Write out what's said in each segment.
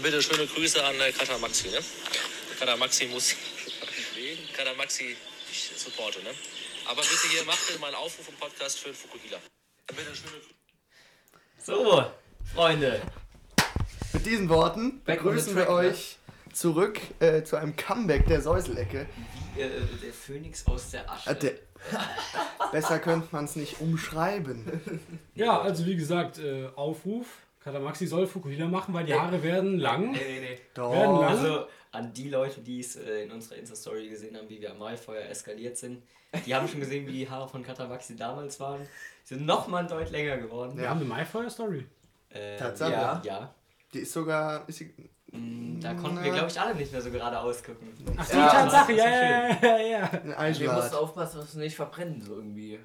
bitte schöne Grüße an Kata Maxi, ne? Kata Maxi muss Kata Maxi, ich supporte, ne? Aber bitte hier, macht bitte mal einen Aufruf im Podcast für den Fukuhila. Bitte schöne So, Freunde. Mit diesen Worten begrüßen wir euch zurück zu einem Comeback der Säuselecke. Der Phönix aus der Asche. Besser könnte man es nicht umschreiben. Ja, also wie gesagt, Aufruf. Kata Maxi soll Fukuhila machen, weil die Haare werden lang. Nee. Doch. Werden lang. Also an die Leute, die es in unserer Insta-Story gesehen haben, wie wir am Maifeuer eskaliert sind, die haben schon gesehen, wie die Haare von Kata Maxi damals waren. Die sind nochmal ein Deut länger geworden. Wir haben eine Maifeuer-Story. Tatsache? Ja. Die ist sogar... Da konnten wir, glaube ich, alle nicht mehr so gerade ausgucken. Ach die Tatsache, ja. Ein Wir Eichler. mussten aufpassen, dass wir nicht verbrennen, so irgendwie.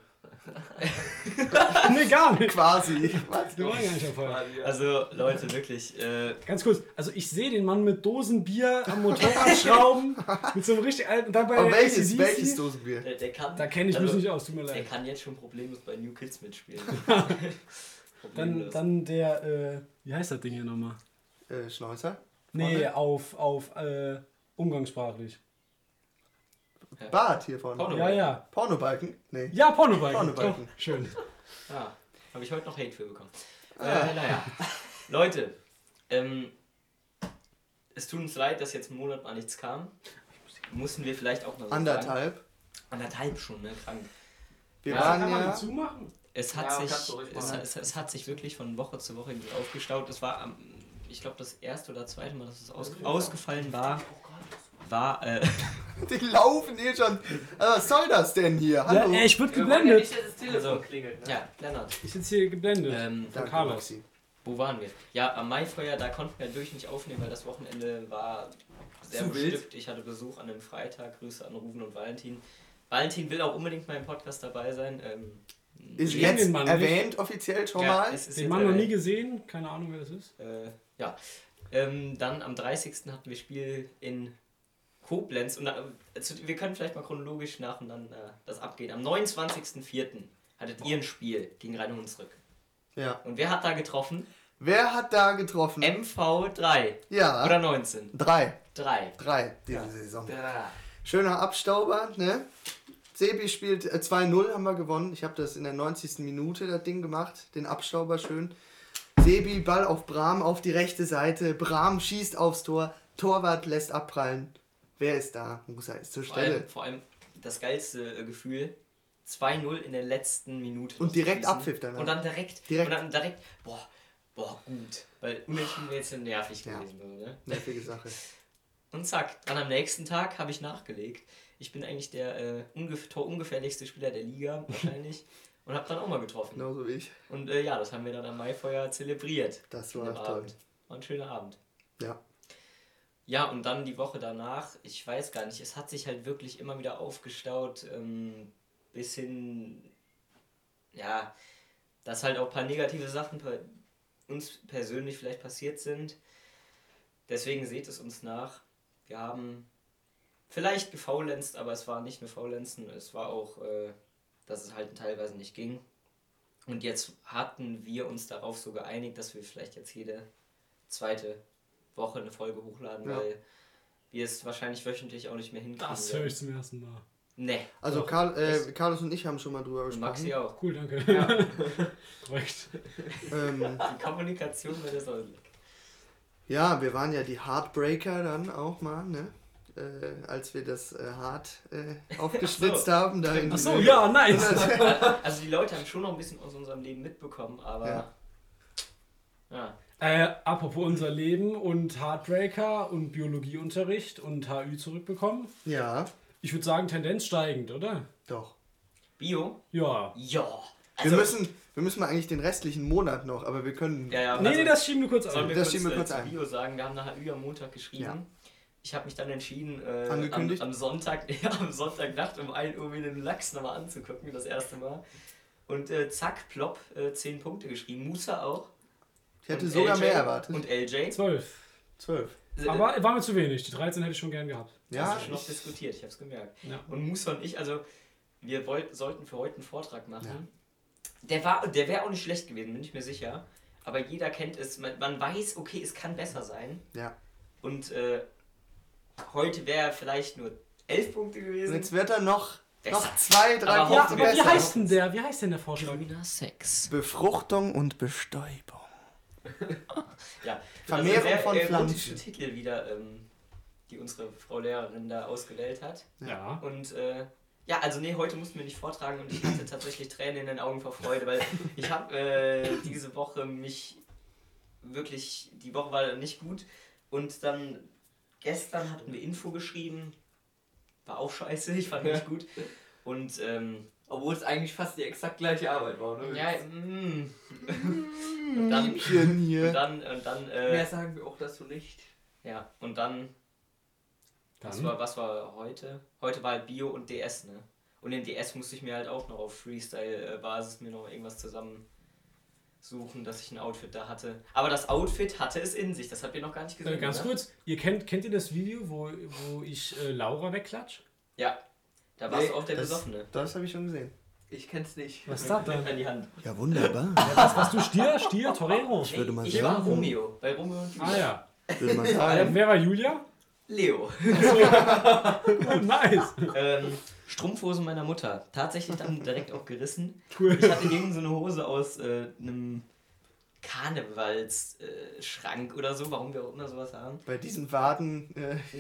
Nee, gar nicht. Quasi. Wir waren gar nicht auf Feuer. Also, Leute, wirklich. Ganz kurz, also ich sehe den Mann mit Dosen Bier am Motorrad schrauben, mit so einem richtig alten... Und dabei Aber welches AC/DC. Dosenbier? Der kann, Da kenne ich mich nicht aus, tut mir Der leid. kann jetzt schon problemlos bei New Kids mitspielen. Dann der, wie heißt das Ding hier nochmal? Schnäuzer? Nee, auf umgangssprachlich. Bart hier vorne. Porno. Ja. Pornobalken? Nee. Ja, Pornobalken. Pornobalken. Oh, schön. Ja, habe ich heute noch Hate für bekommen. Naja. Leute, es tut uns leid, dass jetzt einen Monat mal nichts kam. Mussten wir vielleicht auch mal so Anderthalb. sagen. Anderthalb schon, ne? Krank. Wir Kann waren man ja... die zumachen? Es hat, kannst du ruhig machen. es hat sich wirklich von Woche zu Woche irgendwie aufgestaut. Es war, ich glaube, das erste oder zweite Mal, dass es ausgefallen war, Die laufen eh schon. Was soll das denn hier? Hallo? Ja, ich wurde Wir wollen ja geblendet. nicht, dass das Telefon Also, klingelt, ne? ja, Lennart. Ich sitze hier geblendet. Von Danke, Carlos. Maxi. Wo waren wir? Ja, am Maifeuer, da konnten wir durch nicht aufnehmen, weil das Wochenende war sehr Zu wild. bestückt. Ich hatte Besuch an einem Freitag. Grüße an Ruben und Valentin. Valentin will auch unbedingt mal im Podcast dabei sein. Ist Ich kenn jetzt den Mann erwähnt offiziell schon mal? es ist Den jetzt Mann noch nie erwähnt. gesehen, keine Ahnung wer das ist. Ja. Dann am 30. hatten wir Spiel in Koblenz. Und wir können vielleicht mal chronologisch nacheinander das abgehen. Am 29.04. hattet ihr ein Spiel gegen Rhein-Hunsrück. Ja. Und wer hat da getroffen? Wer hat da getroffen? MV3. Ja. Oder 19? 3 3. diese Saison. Ja. Schöner Abstauber, ne? Sebi spielt 2-0, haben wir gewonnen. Ich habe das in der 90. Minute, das Ding gemacht. Den Abstauber schön. Sebi, Ball auf Bram auf die rechte Seite. Bram schießt aufs Tor. Torwart lässt abprallen. Wer ist da? Musa ist zur Stelle. Vor allem das geilste Gefühl. 2-0 in der letzten Minute. Und noch direkt schießen. Abpfiff danach. Und dann direkt. Boah, gut. Weil unentschieden wäre jetzt nervig Ja. gewesen. So, ne? Nervige Sache. Und zack, dann am nächsten Tag habe ich nachgelegt. Ich bin eigentlich der torungefährlichste Spieler der Liga wahrscheinlich. Und habe dann auch mal getroffen. Genauso wie ich. Und ja, das haben wir dann am Maifeuer zelebriert. Das an war dem toll. Abend. War ein schöner Abend. Ja. Ja, und dann die Woche danach, ich weiß gar nicht, es hat sich halt wirklich immer wieder aufgestaut, bis hin, ja, dass halt auch ein paar negative Sachen uns persönlich vielleicht passiert sind. Deswegen seht es uns nach. Wir haben vielleicht gefaulenzt, aber es war nicht nur Faulenzen, es war auch, dass es halt teilweise nicht ging. Und jetzt hatten wir uns darauf so geeinigt, dass wir vielleicht jetzt jede zweite Woche eine Folge hochladen, Ja. weil wir es wahrscheinlich wöchentlich auch nicht mehr hinkriegen. Das höre ich zum ersten Mal. Nee. Also Doch. Carlos und ich haben schon mal drüber Und Maxi gesprochen. auch. Cool, danke. Ja. Korrekt. Die Kommunikation mit der Säule. Ja, wir waren ja die Heartbreaker dann auch mal, ne? Als wir das Hart aufgeschlitzt haben. Da in Achso, diese- ja, nice. Also die Leute haben schon noch ein bisschen aus unserem Leben mitbekommen, aber ja. Apropos unser Leben und Heartbreaker und Biologieunterricht und HÜ zurückbekommen. Ja, Ich würde sagen, Tendenz steigend, oder? doch. Bio? Ja. Ja. Wir müssen mal eigentlich den restlichen Monat noch, aber wir können... Ja, Nee, das schieben wir kurz Sollen an. wir Das kurz, schieben wir kurz zu ein. Bio sagen, wir haben nach HÜ am Montag geschrieben. Ja. Ich habe mich dann entschieden, Angekündigt? am Sonntag, am Sonntagnacht um 1 Uhr mir den Lachs nochmal anzugucken, das erste Mal. Und zack, plopp, 10 Punkte geschrieben. Musa auch. Ich hätte Und sogar LJ mehr erwartet. Und LJ. 12. 12. Aber war mir zu wenig. Die 13 hätte ich schon gern gehabt. Ja, Hast du schon noch diskutiert, ich habe es gemerkt. Ja. Und Musa und ich, also wir sollten für heute einen Vortrag machen. Der wäre auch nicht schlecht gewesen, bin ich mir sicher. aber jeder kennt es. Man weiß, okay, es kann besser sein. Ja. Und heute wäre vielleicht nur 11 Punkte Und gewesen. jetzt wird er noch Besser. 2, 3 Aber Punkte hoffen wir- Wie besser. heißt denn der? Wie heißt denn der Vorschlag? Grüner Sex. Befruchtung und Bestäubung. Ja. Vermehrung sehr von erotische Pflanzen. Titel wieder, die unsere Frau Lehrerin da ausgewählt hat. Ja. Und ja, also nee, heute mussten wir nicht vortragen und ich hatte tatsächlich Tränen in den Augen vor Freude, weil ich habe diese Woche die Woche war nicht gut und dann gestern hatten wir Info geschrieben, war auch scheiße, ich fand nicht gut und Obwohl es eigentlich fast die exakt gleiche Arbeit war, ne? ja, und dann, Liebchen hier. und dann Mehr sagen wir auch dazu nicht. ja, und dann Dann. was war heute? Heute war halt Bio und DS, ne? Und in DS musste ich mir halt auch noch auf Freestyle-Basis mir noch irgendwas zusammensuchen, dass ich ein Outfit da hatte. Aber das Outfit hatte es in sich, das habt ihr noch gar nicht gesehen, Ganz oder? kurz, kennt ihr das Video, wo ich Laura wegklatsch? Ja, da warst Nee, du auch der das- Besoffene. Das habe ich schon gesehen. Ich kenn's nicht. Was ist das Mit denn? an die Hand. Ja, wunderbar. Was warst du? Stier, Torero? Ich würde mal ich war sagen- Romeo, bei Romeo und Julia. Ah ja. Würde man sagen. Wer war Julia? Leo. Nice. Strumpfhosen meiner Mutter. Tatsächlich dann direkt auch gerissen. Cool. Ich hatte irgend so eine Hose aus einem Karnevalsschrank oder so, warum wir auch immer sowas haben. Bei diesen Waden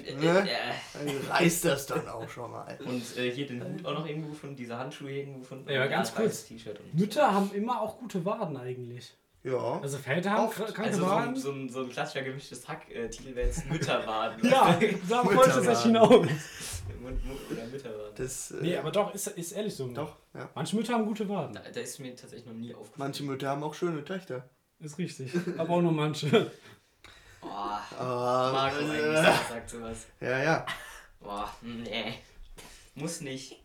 reißt das dann auch schon mal. Und hier den Hut auch noch irgendwo gefunden, diese Handschuhe irgendwo gefunden. Ja, und ganz ein kurz. weißes T-Shirt. Und Mütter haben immer auch gute Waden eigentlich. Ja. Also Väter haben Oft. kranke also Waden. so ein klassischer gemischtes Hack-Titel wäre jetzt Mütterwaden. Ja, da wollte ich das echt hinaus. Oder Mütterwaden. Das, Nee, aber doch, ist ehrlich so. doch, ja. Manche Mütter haben gute Waden. Da ist mir tatsächlich noch nie aufgefallen. Manche Mütter haben auch schöne Töchter. Ist richtig. Aber auch nur manche. Boah, Aber, Marco eigentlich sagt sowas. ja. Boah, nee. Muss nicht.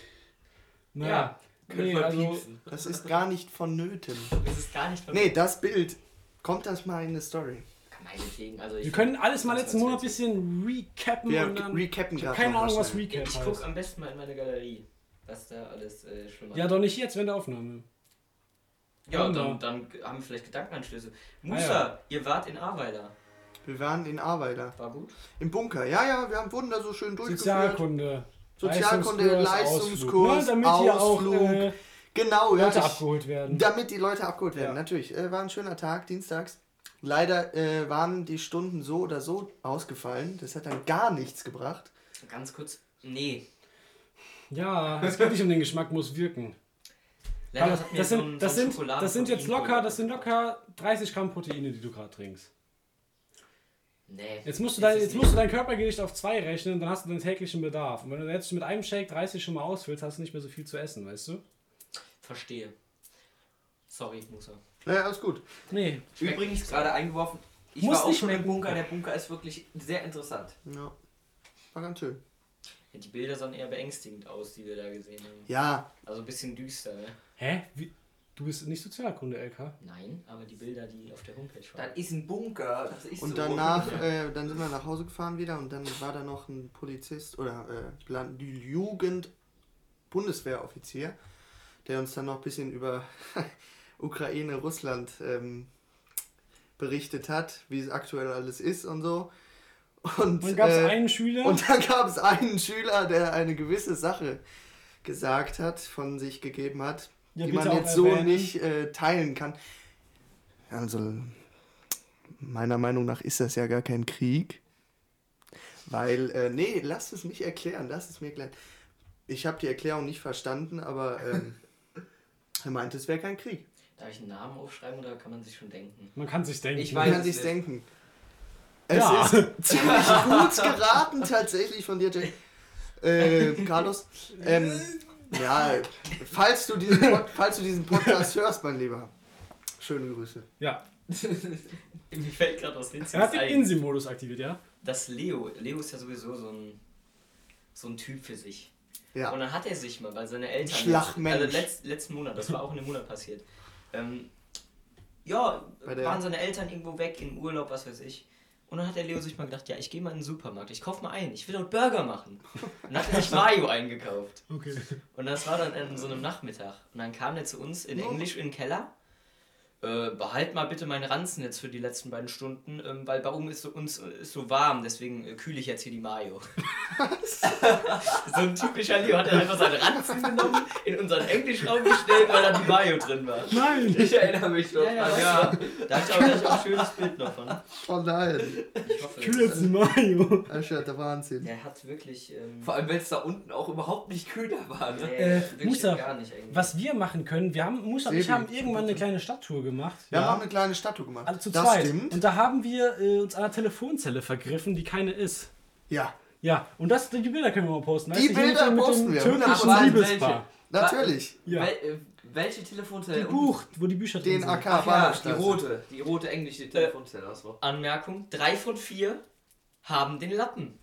Naja. Können Nee, wir also, piepsen. Das ist gar nicht vonnöten. Das ist gar nicht von Nee, das Bild. Kommt das mal in eine Story? meinetwegen. Also wir können alles mal das letzten war's Monat ein jetzt. bisschen recappen Wir und dann. recappen Ich habe gerade keine noch Ahnung, was schnell. Recap Ich guck heißt. am besten mal in meine Galerie, was da alles schlimmer Ja, doch nicht jetzt während der Aufnahme. Ja, Ja. dann haben wir vielleicht Gedankenanstöße. Musa, ja. ihr wart in Aweiler. Wir waren in Arbeiter. War gut? Im Bunker. Ja, wurden da so schön durchgeführt. Sozialkunde. Sozialkunde, Leistungskurs, Ne, damit hier auch Ausflug. Genau, ja. Leute abgeholt werden. Damit die Leute abgeholt werden, Ja. natürlich. War ein schöner Tag, dienstags. Leider waren die Stunden so oder so ausgefallen. Das hat dann gar nichts gebracht. Ganz kurz. Nee. Ja, es geht nicht um den Geschmack, muss wirken. Leider Aber hat mir das so sind, ein das sind, Schokoladen- das sind jetzt Proteinpulver locker, gebracht. 30 Gramm Proteine, die du gerade trinkst. Nee. Jetzt musst du Das ist jetzt nicht- musst du dein Körpergewicht auf 2 rechnen, dann hast du den täglichen Bedarf. Und wenn du jetzt mit einem Shake 30 schon mal ausfüllst, hast du nicht mehr so viel zu essen, weißt du? Verstehe. Sorry, Musa. Naja, alles gut. Nee. Übrigens gerade eingeworfen, ich Muss war auch nicht schon mehr im Bunker. Der Bunker ist wirklich sehr interessant. Ja. War ganz schön. Ja, die Bilder sahen eher beängstigend aus, die wir da gesehen haben. Ja, Also ein bisschen düster, ne? Hä? Du bist nicht Sozialkunde, LK? Nein, aber die Bilder, die auf der Homepage Das waren. ist ein Bunker. Das ist und so. danach, dann sind wir nach Hause gefahren wieder und dann war da noch ein Polizist oder die Jugend-Bundeswehroffizier, der uns dann noch ein bisschen über Ukraine, Russland berichtet hat, wie es aktuell alles ist und so. Und Dann gab es einen Schüler. und dann gab es einen Schüler, der eine gewisse Sache gesagt hat, von sich gegeben hat, Ja, die bitte man auch jetzt so erwähnen. nicht teilen kann. Also, meiner Meinung nach ist das ja gar kein Krieg. Weil, nee, lass es mich erklären, lass es mir erklären. Ich habe die Erklärung nicht verstanden, aber er meinte, es wäre kein Krieg. Darf ich einen Namen aufschreiben oder kann man sich schon denken? Man kann sich denken. Ich Man weiß kann es sich's nicht. denken. Es Ja. ist ziemlich gut geraten tatsächlich von dir, Carlos. Ja, falls du diesen Podcast hörst, mein Lieber. Schöne Grüße. Ja. Mir fällt gerade was Witziges Er hat den ein. Insi-Modus aktiviert, ja? Das Leo ist ja sowieso so ein Typ für sich. Ja. Und dann hat er sich mal, weil seine Eltern... Schlagmensch. Also letzten Monat, das war auch in dem Monat passiert. Ja, Bei der- waren seine Eltern irgendwo weg, im Urlaub, was weiß ich. Und dann hat der Leo sich mal gedacht, ja, ich gehe mal in den Supermarkt, ich kaufe mal ein, ich will doch Burger machen. Und dann hat er sich Mayo eingekauft. Okay. Und das war dann an so einem Nachmittag. Und dann kam er zu uns in Englisch in den Keller. behalt mal bitte meinen Ranzen jetzt für die letzten beiden Stunden, weil bei uns ist so warm, deswegen kühle ich jetzt hier die Mayo. So ein typischer Leo hat einfach seinen Ranzen genommen, in unseren Englischraum gestellt, weil da die Mayo drin war. Nein! Ich erinnere mich doch. Ja. Da habe ich auch gleich auch ein schönes Bild noch von. Oh nein. Ich hoffe, Kühl jetzt ein Mayo. Das ist ja der Wahnsinn. der hat wirklich... Vor allem, wenn es da unten auch überhaupt nicht kühler war. Ne? wirklich Musa, gar nicht eigentlich. Was wir machen können, Musa und ich Sebi. haben irgendwann eine kleine Stadttour gemacht. Wir haben auch eine kleine Statue gemacht. Also zu das zweit. stimmt. Und da haben wir uns an einer Telefonzelle vergriffen, die keine ist. Ja, Ja, und die Bilder können wir mal posten. Die Bilder posten wir, türkischen 100%. Liebespaar. natürlich. Ja. Welche Telefonzelle? Die Buch, wo die Bücher drin Den sind. AK Ach ja, die Bahnhofstraße. rote englische Telefonzelle. Achso. Anmerkung, 3 von 4 haben den Lappen.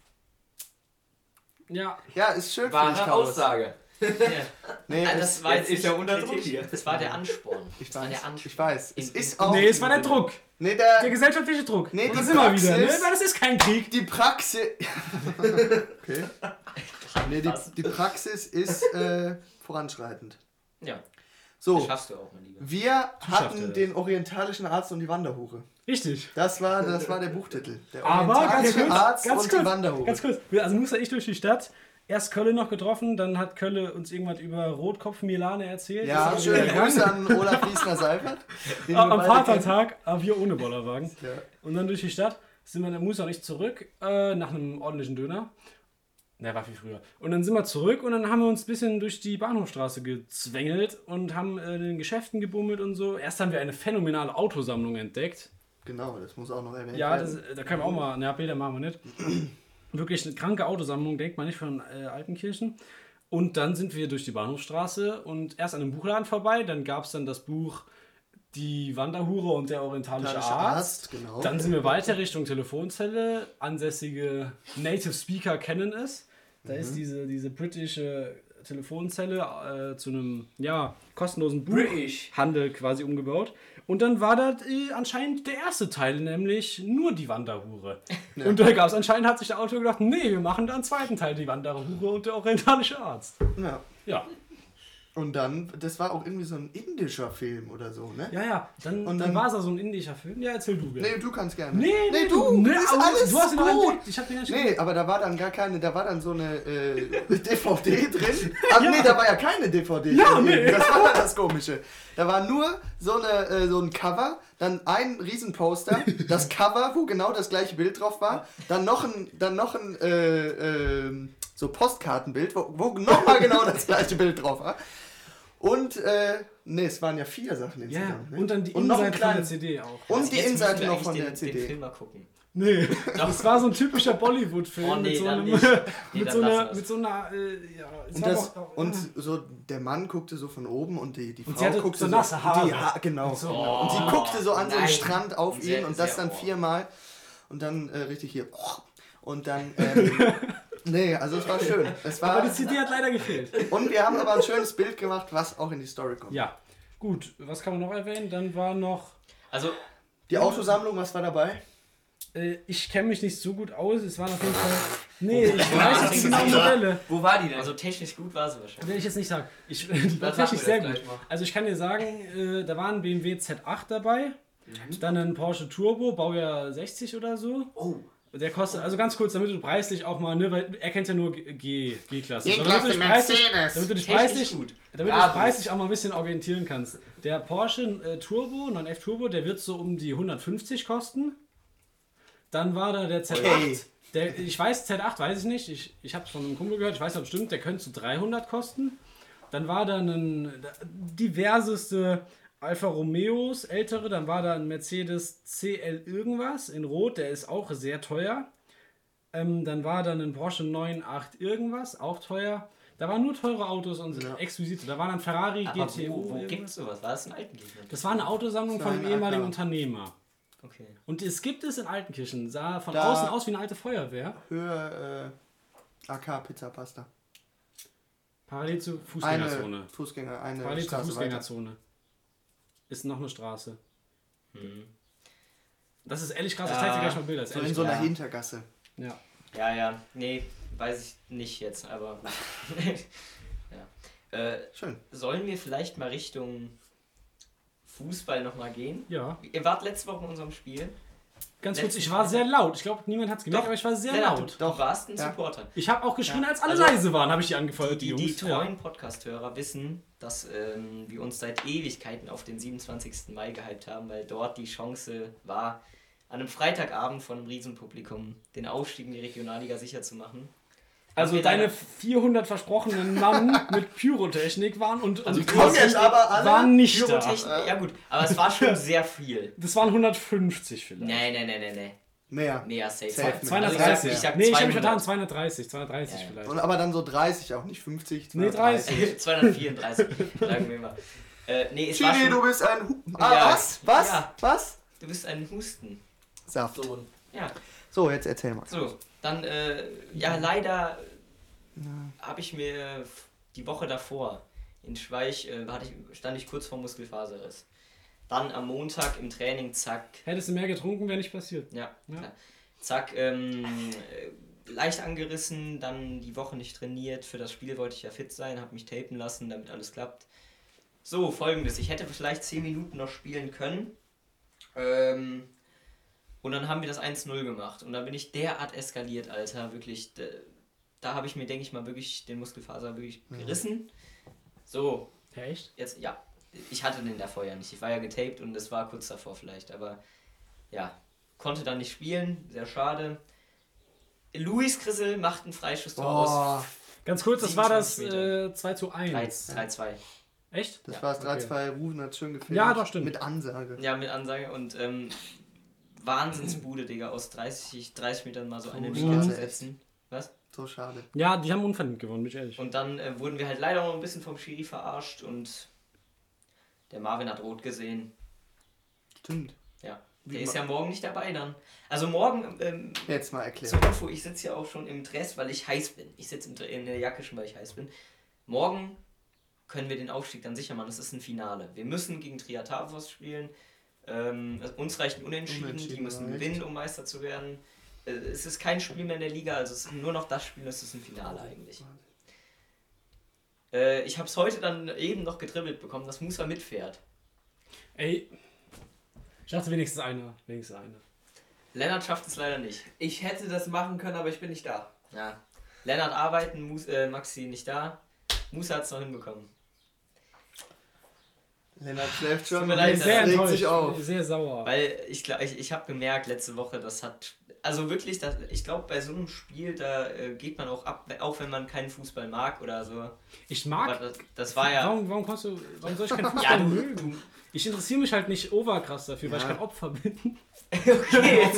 Ja, Ja, ist schön für dich, Wahre Carlos. Aussage. Nee, Das war jetzt ist nicht er unter Druck kritisch. hier. Das war der Ansporn. ich Das war der weiß. Ansporn. Ich weiß. Es In- ist auch. nee, es war der Druck. Nee, Der gesellschaftliche Druck. Nee, Und die das immer Praxis- wieder, ne? Weil das ist kein Krieg. die Praxis. Okay. Nee, die Praxis ist voranschreitend. Ja, das So, schaffst du auch, mein Lieber. wir schafft er hatten das. den orientalischen Arzt und die Wanderhure. Richtig. Das war der Buchtitel. Der Aber ganz orientalische kurz, Arzt ganz und die kurz, Wanderhure. ganz kurz. Also Musa, ich durch die Stadt. Erst Kölle noch getroffen, dann hat Kölle uns irgendwas über Rotkopf-Milane erzählt. Ja, Das ist aber schöne wieder Grüße an Olaf Riesner-Seifert. den wir Am beide Vatertag, aber wir ohne Bollerwagen. kennen. Ja. Und dann durch die Stadt sind wir, der Musa und ich, zurück nach einem ordentlichen Döner. Der war viel früher. Und dann sind wir zurück und dann haben wir uns ein bisschen durch die Bahnhofstraße gezwängelt und haben in den Geschäften gebummelt und so. Erst haben wir eine phänomenale Autosammlung entdeckt. Genau, das muss auch noch erwähnt Ja, werden. da können wir auch mal, na, Bilder machen wir nicht. Wirklich eine kranke Autosammlung, denkt man nicht von Altenkirchen. Und dann sind wir durch die Bahnhofstraße und erst an einem Buchladen vorbei. Dann gab es dann das Buch Die Wanderhure und der orientalische Arzt. Genau. Dann sind wir weiter Richtung Telefonzelle. Ansässige Native Speaker kennen es. Da ist diese britische Telefonzelle zu einem kostenlosen Buchhandel quasi umgebaut. Und dann war das anscheinend der erste Teil, nämlich nur die Wanderhure. Ja. Und da gab es anscheinend, hat sich der Autor gedacht, nee, wir machen da einen zweiten Teil, die Wanderhure und der orientalische Arzt. Ja. Ja. Und dann, das war auch irgendwie so ein indischer Film oder so, ne? Ja, dann Und dann- war es so ein indischer Film. Ja, erzähl du gerne. Nee, du kannst gerne. Nee, du ist aber alles du hast ihn noch gut. entdeckt. Ich hab den ja schon. Nee, aber da war dann gar keine, da war dann so eine DVD drin. Ach nee, da war ja keine DVD Ja, drin. nee. Das war das Komische. Da war nur so ein Cover, dann ein Riesenposter, das Cover, wo genau das gleiche Bild drauf war, dann noch ein so Postkartenbild, wo nochmal genau das gleiche Bild drauf war. Und, es waren ja 4 Sachen Ja, insgesamt. Ne? und dann die Und noch ein Innenseite von der kleines- CD auch. Und die Jetzt müssen Innenseite wir noch eigentlich von der den CD. Film mal gucken. Nee, das war so ein typischer Bollywood-Film Oh, nee, mit so dann einem, nicht. Nee, mit dann so lassen einer, wir's. mit so einer, es war doch- Und so der Mann guckte so von oben und die Und Frau sie hatte guckte so nasse Haare. genau. So. Und sie guckte so an so einen nein. Strand auf ihn Sehr, und das sehr dann oh. 4-mal und dann richtig hier und dann nee, also es war schön. Es war aber die CD hat leider gefehlt. und wir haben aber ein schönes Bild gemacht, was auch in die Story kommt. Ja, gut, was kann man noch erwähnen? Dann war noch, Also, Die Autosammlung, was war dabei? ich kenne mich nicht so gut aus, es waren auf jeden Fall, nee, ich Ja, weiß nicht genau Modelle. Wo war die denn? also technisch gut war sie wahrscheinlich. Will ich jetzt nicht sagen. Die war Dann sagen technisch wir sehr das gut. gleich mal. Also ich kann dir sagen, da war ein BMW Z8 dabei, dann ein Porsche Turbo, Baujahr 60 oder so. Oh. Der kostet, also ganz kurz, damit du preislich auch mal, ne, weil er kennt ja nur G-Klasse. G-Klasse Mercedes. Damit du dich Technisch preislich, gut. damit du Ja, dich preislich auch mal ein bisschen orientieren kannst. Der Porsche Turbo, 911 Turbo, der wird so um die 150 kosten. Dann war da der Z8. Okay. Ich weiß, Z8 weiß ich nicht. Ich habe es von einem Kumpel gehört, ich weiß aber bestimmt, der könnte so 300 kosten. Dann war da ein diverseste Alfa Romeos, ältere. Dann war da ein Mercedes CL irgendwas in Rot, der ist auch sehr teuer. Dann war da ein Porsche 98 irgendwas, auch teuer. Da waren nur teure Autos und exquisite. Da war dann Ferrari Aber GTO. wo irgendwas. gibt es sowas? War das in Altenkirchen? Das war eine Autosammlung von einem Nein, ehemaligen AK. Unternehmer. Okay. Und es gibt es in Altenkirchen. Sah von Da- außen aus wie eine alte Feuerwehr. Höhe AK Pizza Pasta. Parallel zur Eine Fußgängerzone. eine Parallel zur Straße weiter. Fußgängerzone. Ist noch eine Straße. Hm. Das ist ehrlich krass. Ich zeig dir gleich mal Bilder. Das ist So in ehrlich so einer Ja. Hintergasse. ja. Ja, nee, weiß ich nicht jetzt, aber gut. ja. Schön. Sollen wir vielleicht mal Richtung Fußball nochmal gehen. Ja. Ihr wart letzte Woche in unserem Spiel. Ganz kurz, ich war sehr laut. Ich glaube, niemand hat es gemerkt, Doch. aber ich war sehr Lennart, laut. du warst ein Supporter. Ich habe auch geschrien, als alle Also, leise waren, habe ich die angefeuert, die Jungs. Die treuen Podcast-Hörer wissen, dass wir uns seit Ewigkeiten auf den 27. Mai gehypt haben, weil dort die Chance war, an einem Freitagabend von einem Riesenpublikum den Aufstieg in die Regionalliga sicher zu machen. Also wir deine leider- 400 versprochenen Mann mit Pyrotechnik waren Also und die kommen jetzt aber alle waren nicht da. Pyrotechnik, ja gut, aber es war schon sehr viel. Das waren 150 vielleicht. Nee. Mehr. Mehr safe. Safe. Also 230. ich sag Nee, ich habe 200. mich vertan, 230 Ja. vielleicht. Und aber dann so 30 auch, nicht 50. Nee, 30. 234, sagen wir mal. Nee, es war Chili, schon, du bist ein... Ja. Was? Was? Ja. Was? du bist ein Husten. Saft. Ja, So, jetzt erzähl mal. so. Dann, ja, leider habe ich mir die Woche davor in Schweich, stand ich kurz vor Muskelfaserriss. Dann am Montag im Training, zack, Hättest du mehr getrunken, wäre nicht passiert. ja, Ja. klar. Zack, leicht angerissen, dann die Woche nicht trainiert. Für das Spiel wollte ich ja fit sein, habe mich tapen lassen, damit alles klappt. So, folgendes, ich hätte vielleicht 10 Minuten noch spielen können. Und dann haben wir das 1-0 gemacht. Und dann bin ich derart eskaliert, Alter. Wirklich, da habe ich mir, denke ich mal, wirklich den Muskelfaser wirklich gerissen. So, Ja, echt? jetzt, ja. Ich hatte den davor ja nicht. Ich war ja getaped und es war kurz davor vielleicht. Aber ja, konnte dann nicht spielen. Sehr schade. Luis Krissel macht einen Freischusstor aus Ganz kurz, das war das 27 2:1. 3-2. Echt? Das Ja, war das okay. 3-2, Rufen hat schön gefilmt. Ja, doch, stimmt. Mit Ansage. Ja, mit Ansage und Wahnsinnsbude, Digga. Aus 30 Metern mal so eine Liga schade, zu echt. setzen. Was? So schade. Ja, die haben unverdient gewonnen, bin ich ehrlich. Und dann wurden wir halt leider auch noch ein bisschen vom Schiri verarscht und der Marvin hat rot gesehen. Stimmt. Ja. Wie Der ist ma- ja morgen nicht dabei dann. Also morgen, Jetzt mal erklären. zur Info, ich sitze ja auch schon im Dress, weil ich heiß bin. Ich sitze in der Jacke schon, weil ich heiß bin. Morgen können wir den Aufstieg dann sicher machen. Das ist ein Finale. Wir müssen gegen Triatavos spielen. Uns reicht ein Unentschieden. Die Unentschieden, müssen reicht. gewinnen, um Meister zu werden. Es ist kein Spiel mehr in der Liga, also es ist nur noch das Spiel, es ist ein Finale eigentlich. Ich habe es heute dann eben noch gedribbelt bekommen, dass Musa mitfährt. Ey, ich dachte wenigstens einer. Lennart schafft es leider nicht. Ich hätte das machen können, aber ich bin nicht da. Ja. Lennart arbeiten, Maxi nicht da. Musa hat es noch hinbekommen. Lennart schläft schon. Tut mir leid, und Sehr regt enttäuscht, sich auf. sehr sauer. Weil ich habe gemerkt letzte Woche, das hat, also wirklich, ich glaube bei so einem Spiel, da geht man auch ab, auch wenn man keinen Fußball mag oder so. Ich Aber mag. das war ja... Warum soll ich keinen Fußball Ja, mögen? Ich interessiere mich halt nicht overkrass dafür, weil ich Ja. kein Opfer bin. Okay, jetzt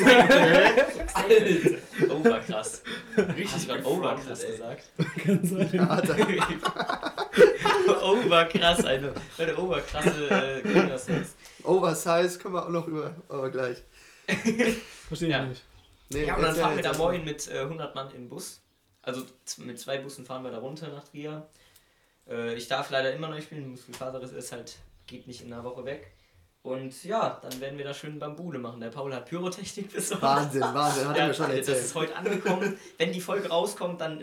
Alter. Oberkrass. Richtig gerade oberkrass gesagt. Ja, dann- Oberkrass, eine oberkrasse Gegner-Sense. Oversize können wir auch noch über, aber gleich. Verstehe ich Ja. nicht. Nee, Ja, und dann erzähl fahren wir da jetzt morgen mit 100 Mann im Bus. Also mit 2 Bussen fahren wir da runter nach Trier. Ich darf leider immer noch nicht spielen, Muskelfaserriss ist halt, geht nicht in einer Woche weg. Und ja, dann werden wir da schön Bambule machen. Der Paul hat Pyrotechnik besorgt. Wahnsinn, hat er Ja, mir schon das erzählt. ist heute angekommen. Wenn die Folge rauskommt, dann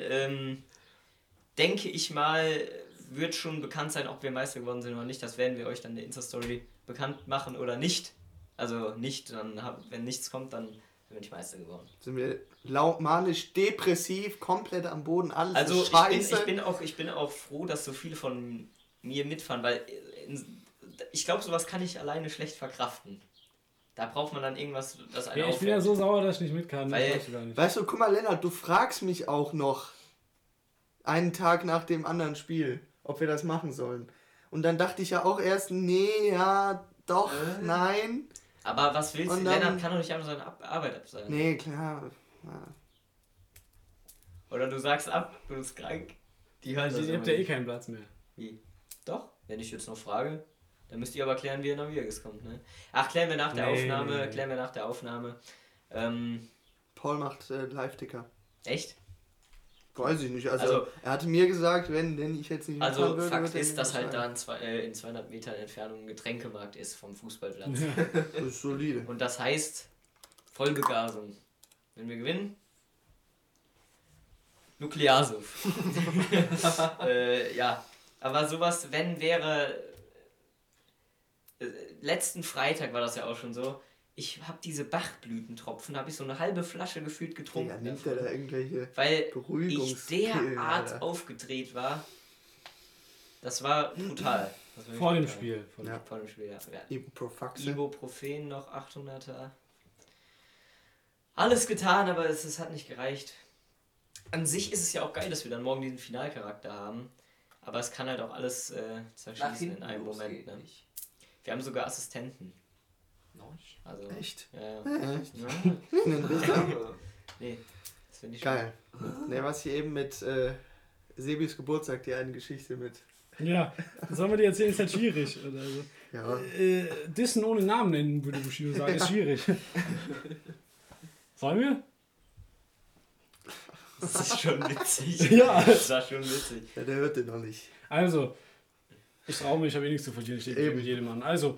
denke ich mal, wird schon bekannt sein, ob wir Meister geworden sind oder nicht. Das werden wir euch dann in der Insta-Story bekannt machen oder nicht. Also nicht, wenn nichts kommt, dann bin ich Meister geworden. Sind wir manisch, depressiv, komplett am Boden, alles Also ist scheiße. ich bin auch froh, dass so viele von mir mitfahren, weil ich glaube, sowas kann ich alleine schlecht verkraften. Da braucht man dann irgendwas, das einen Ja, ich bin ja so sauer, dass ich nicht mit kann. Weil- Das weißt du gar nicht. Weißt du, guck mal, Lennart, du fragst mich auch noch einen Tag nach dem anderen Spiel, ob wir das machen sollen. Und dann dachte ich ja auch erst, nee, ja, doch, nein. Aber was willst du? Und dann- Lennart kann doch nicht einfach seine Arbeit absagen. Nee, klar. Ja. Oder du sagst ab, du bist krank. Die hören das Ihr immer habt ja eh nicht. keinen Platz mehr. Wie? Doch, wenn ich jetzt noch frage, dann müsst ihr aber klären, wie ihr nach Virgis kommt, ne? Ach, klären wir nach der Nee, Aufnahme, nee. klären wir nach der Aufnahme. Paul macht Live-Ticker. Echt? Weiß ich nicht. Also, Also- er hatte mir gesagt, wenn ich jetzt nicht Also mitfahren würde, Fakt würde er ist, mir dass was halt schreiben. da in 200 Metern Entfernung ein Getränkemarkt ist vom Fußballplatz. Das ist solide. Und das heißt Vollbegasung. Wenn wir gewinnen, Nuklearsuff. Ja, aber sowas, wenn wäre... letzten Freitag war das ja auch schon so. Ich habe diese Bachblütentropfen, habe ich so eine halbe Flasche gefühlt getrunken. Ja, nimmt er da irgendwelche weil ich Beruhigungspillen, derart Alter. aufgedreht war. Das war brutal. Das war Vor dem brutal. Spiel. Vor dem Spiel, ja. Ibuprofaxe. Ibuprofen noch 800er. Alles getan, aber es hat nicht gereicht. An sich ist es ja auch geil, dass wir dann morgen diesen Finalcharakter haben. Aber es kann halt auch alles zerschießen in einem Moment. Ne? Wir haben sogar Assistenten. Also, Echt? ja. Echt? Ja. Nee, das finde ich Geil. Ne, was hier eben mit Sebis Geburtstag, die eine Geschichte mit. Ja, sollen wir dir erzählen, ist halt schwierig. Oder so. Ja. Dissen ohne Namen nennen, würde Bushido sagen, ist schwierig. Sollen wir? Das ist schon witzig. Ja. Das war schon witzig. Ja, der hört den noch nicht. Also, ich traue mich, ich habe eh nichts zu verlieren, ich stehe mit jedem an. Also,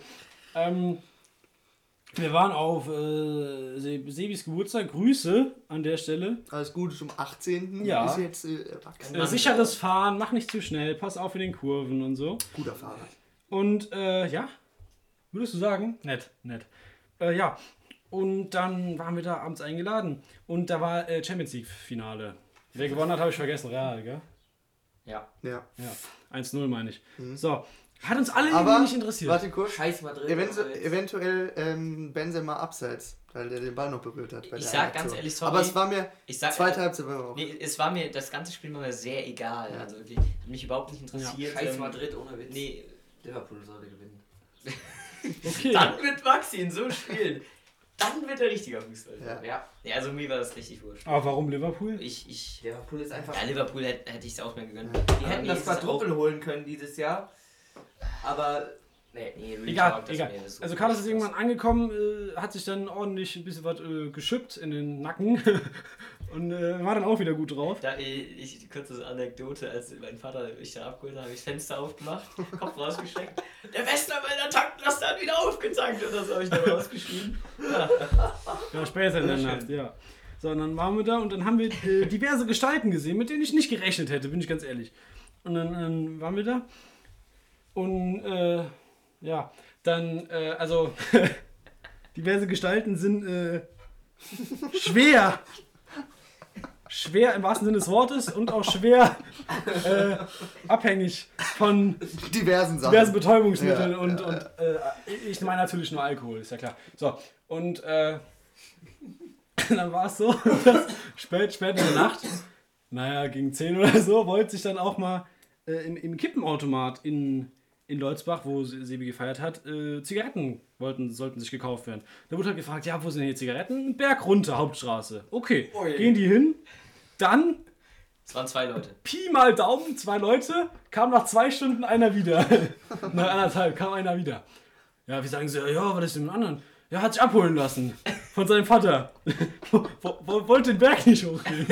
wir waren auf Sebis Geburtstag. Grüße an der Stelle. Alles Gute zum 18. Ja. Ist jetzt erwachsen. Sicheres Fahren, mach nicht zu schnell, pass auf in den Kurven und so. Guter Fahrer. Und ja, würdest du sagen? Nett. Ja, und dann waren wir da abends eingeladen und da war Champions League Finale. Wer gewonnen hat, habe ich vergessen. Real, gell? Ja. Ja. Ja, 1-0 meine ich. Mhm. So, hat uns alle Aber, irgendwie nicht interessiert. Warte kurz. Scheiß Madrid. Eventuell Benzema abseits, weil der den Ball noch berührt hat. Bei Ich der sag Aktion. ganz ehrlich, sorry. Aber es war mir Ich sag, zweite Halbzeit war auch. nee, es war mir, das ganze Spiel war mir sehr egal. Also wirklich, hat mich überhaupt nicht interessiert. Scheiß Madrid ohne Witz. Nee, Liverpool sollte gewinnen. Okay. dann wird Maxi in so spielen. Dann wird er richtiger Fußball. Ja. Ja. Ja, also mir war das richtig wurscht. Aber warum Liverpool? Liverpool ist einfach. Ja, Liverpool hätte ich es auch mehr gegönnt. Die hätten das Quadruple holen können dieses Jahr. Aber. Nee, Egal. Also Carlos ist irgendwann angekommen, hat sich dann ordentlich ein bisschen was geschüppt in den Nacken und war dann auch wieder gut drauf. Da, kurze Anekdote, als mein Vater mich da abgeholt hat, habe ich das Fenster aufgemacht, Kopf rausgesteckt. Der Westler bei der Tanklaster hat wieder aufgetankt und das habe ich dann rausgeschrieben. Ja, später in der Sehr Nacht, schön. ja. So, und dann waren wir da und dann haben wir diverse Gestalten gesehen, mit denen ich nicht gerechnet hätte, bin ich ganz ehrlich. Und dann waren wir da und ja, dann, also diverse Gestalten sind schwer im wahrsten Sinne des Wortes und auch schwer abhängig von Diversen Sachen. diversen Betäubungsmitteln Ja, und ja. ich meine natürlich nur Alkohol, ist ja klar. So, und dann war es so, dass spät in der Nacht, naja, gegen 10 oder so, wollte sich dann auch mal im Kippenautomat in Leutzbach, wo Sebi gefeiert hat, Zigaretten sollten sich gekauft werden. Da wurde halt gefragt, ja, wo sind denn hier Zigaretten? Berg runter, Hauptstraße. Okay, gehen die hin, dann Es waren 2 Leute. Pi mal Daumen, 2 Leute, kam nach 2 Stunden einer wieder. Nach 1,5 kam einer wieder. Ja, wir sagen so, ja, was ist denn mit dem anderen? Ja, hat sich abholen lassen von seinem Vater. Wollte den Berg nicht hochgehen.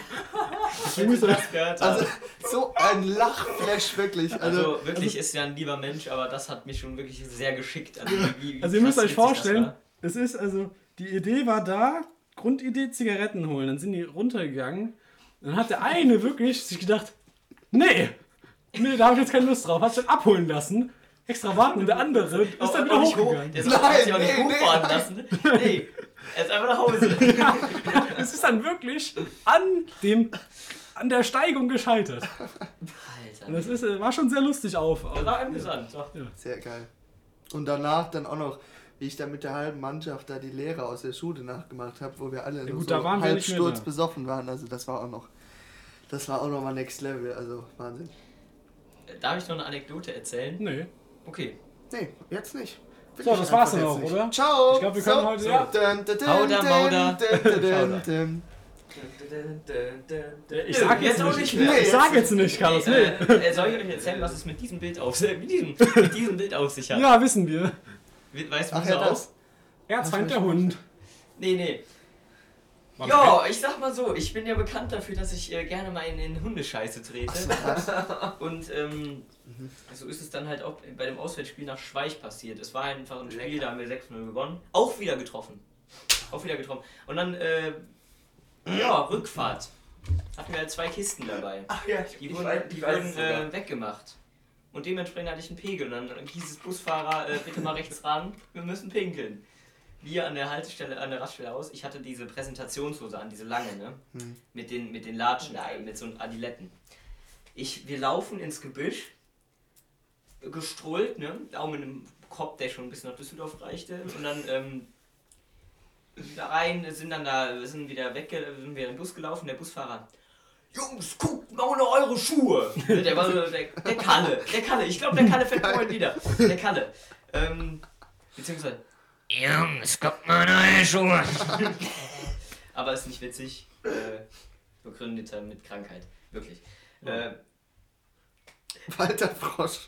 Also so ein Lachflash wirklich. Also wirklich ist ja ein lieber Mensch, aber das hat mich schon wirklich sehr geschickt. Also ihr müsst krass euch witzig vorstellen, das war. es ist also, die Idee war da, Grundidee Zigaretten holen. Dann sind die runtergegangen. Dann hat der eine wirklich sich gedacht, nee, da habe ich jetzt keine Lust drauf. Hat sich dann abholen lassen. Extra warten und der andere ist dann wieder hochgegangen. Der hat sich auch nicht hochfahren lassen. Nee, er ist einfach nach Hause. Es ist dann wirklich an der Steigung gescheitert. Und Alter. das war schon sehr lustig auf. Das war amüsant. Doch. Sehr geil. Und danach dann auch noch, wie ich da mit der halben Mannschaft da die Lehre aus der Schule nachgemacht habe, wo wir alle nur gut, so da waren wir nicht mehr halbsturz da. besoffen waren. Also das war auch noch mal Next Level. Also Wahnsinn. Darf ich noch eine Anekdote erzählen? Nee. Okay. Nee, jetzt nicht. Will So, ich das war's einfach dann auch, jetzt nicht. oder? Ciao. Ich glaube, wir können heute- ja. Hauda, Mauda. Ich sag jetzt auch nicht. nicht mehr. Nee, Ich sag jetzt nicht, Carlos. Nee. Soll ich euch erzählen, was es mit diesem Bild auf sich hat? Ja, wissen wir. Weißt du, Ach wie so ja, das. Erzfeind der Hund. Nee. War Ja, ich sag mal so, ich bin ja bekannt dafür, dass ich gerne mal in Hundescheiße trete. Und so ist es dann halt auch bei dem Auswärtsspiel nach Schweich passiert. Es war einfach ein Spiel, da haben wir 6-0 gewonnen. Auch wieder getroffen. Und dann, Rückfahrt. Hatten wir halt 2 Kisten dabei. Ach ja, Die wurden weggemacht. Und dementsprechend hatte ich einen Pegel. Und dann hieß es Busfahrer, bitte mal rechts ran, wir müssen pinkeln. Wir an der Haltestelle, an der Raststelle aus. Ich hatte diese Präsentationshose an, diese lange, ne? Mit den Latschen da, mit so Adiletten. Wir laufen ins Gebüsch, gestrollt, ne? Auch mit einem Kopf, der schon ein bisschen nach Düsseldorf reichte. Und dann da rein, sind wieder in den Bus gelaufen, der Busfahrer. Jungs, guckt mal unter eure Schuhe! Der war so, der Kalle. Ich glaube, der Kalle fällt heute wieder. Der Kalle. Beziehungsweise, Jungs, guckt mal unter eure Schuhe! Aber ist nicht witzig. Begründet mit Krankheit. Wirklich. Walter Frosch.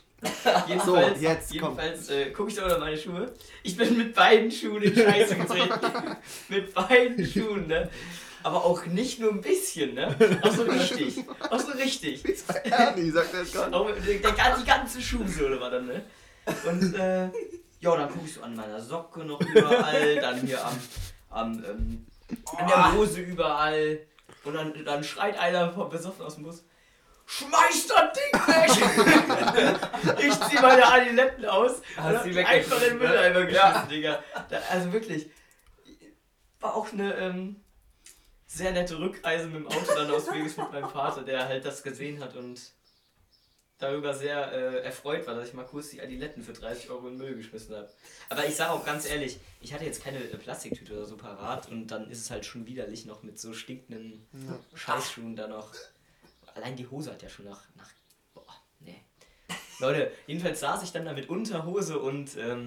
Jedenfalls gucke ich da unter meine Schuhe. Ich bin mit beiden Schuhen in Scheiße getreten. Mit beiden Schuhen, ne? Aber auch nicht nur ein bisschen, ne? Auch so richtig. Das war Ernie, sagt er jetzt gerade. Die ganze Schuhsohle war dann, ne? Und dann guck ich so an meiner Socke noch überall, dann hier an der Hose überall. Und dann schreit einer besoffen aus dem Bus. Schmeiß das Ding weg! Ich zieh meine Adiletten aus und hab die einfach in den Mülleimer geschmissen, Digga. Also wirklich, war auch eine sehr nette Rückreise mit dem Auto dann aus Vegas mit meinem Vater, der halt das gesehen hat und darüber sehr erfreut war, dass ich mal kurz die Adiletten für 30 € in den Müll geschmissen habe. Aber ich sage auch ganz ehrlich, ich hatte jetzt keine Plastiktüte oder so parat und dann ist es halt schon widerlich noch mit so stinkenden Scheißschuhen da noch. Allein die Hose hat ja schon nach boah, nee. Leute, jedenfalls saß ich dann da mit Unterhose und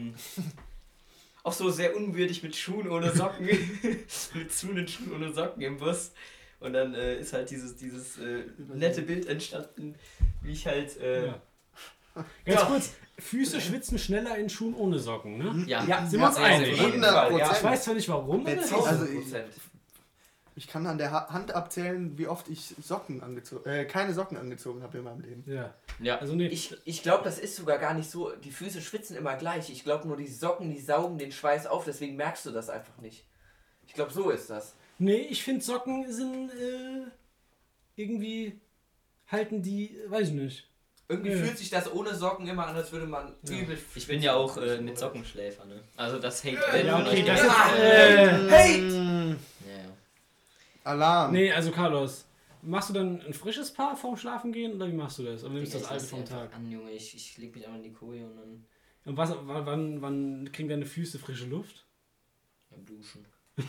auch so sehr unwürdig mit Schuhen ohne Socken, mit zunen Schuhen ohne Socken im Bus. Und dann ist halt dieses nette Bild entstanden, wie ich halt... Ganz kurz, Füße schwitzen schneller in Schuhen ohne Socken, ne? Ja. Sind wir uns einig? 100%. Ich weiß zwar nicht warum, aber das ist Ich kann an der Hand abzählen, wie oft ich keine Socken angezogen habe in meinem Leben. Ja. Also nee. Ich glaube, das ist sogar gar nicht so, die Füße schwitzen immer gleich. Ich glaube nur, die Socken, die saugen den Schweiß auf, deswegen merkst du das einfach nicht. Ich glaube, so ist das. Nee, ich finde Socken sind irgendwie halten die, weiß ich nicht. Irgendwie fühlt sich das ohne Socken immer an, als würde man übel... Ich bin ja auch mit Sockenschläfer, ne? Also das Hate... Das ist... Hate! Ja. Alarm. Nee, also Carlos, machst du dann ein frisches Paar vorm Schlafen gehen oder wie machst du das? Oder nimmst du das Ich alte lass vom einfach Tag? an, Junge, ich leg mich auch in die Koje und dann Und wann kriegen deine Füße frische Luft? duschen.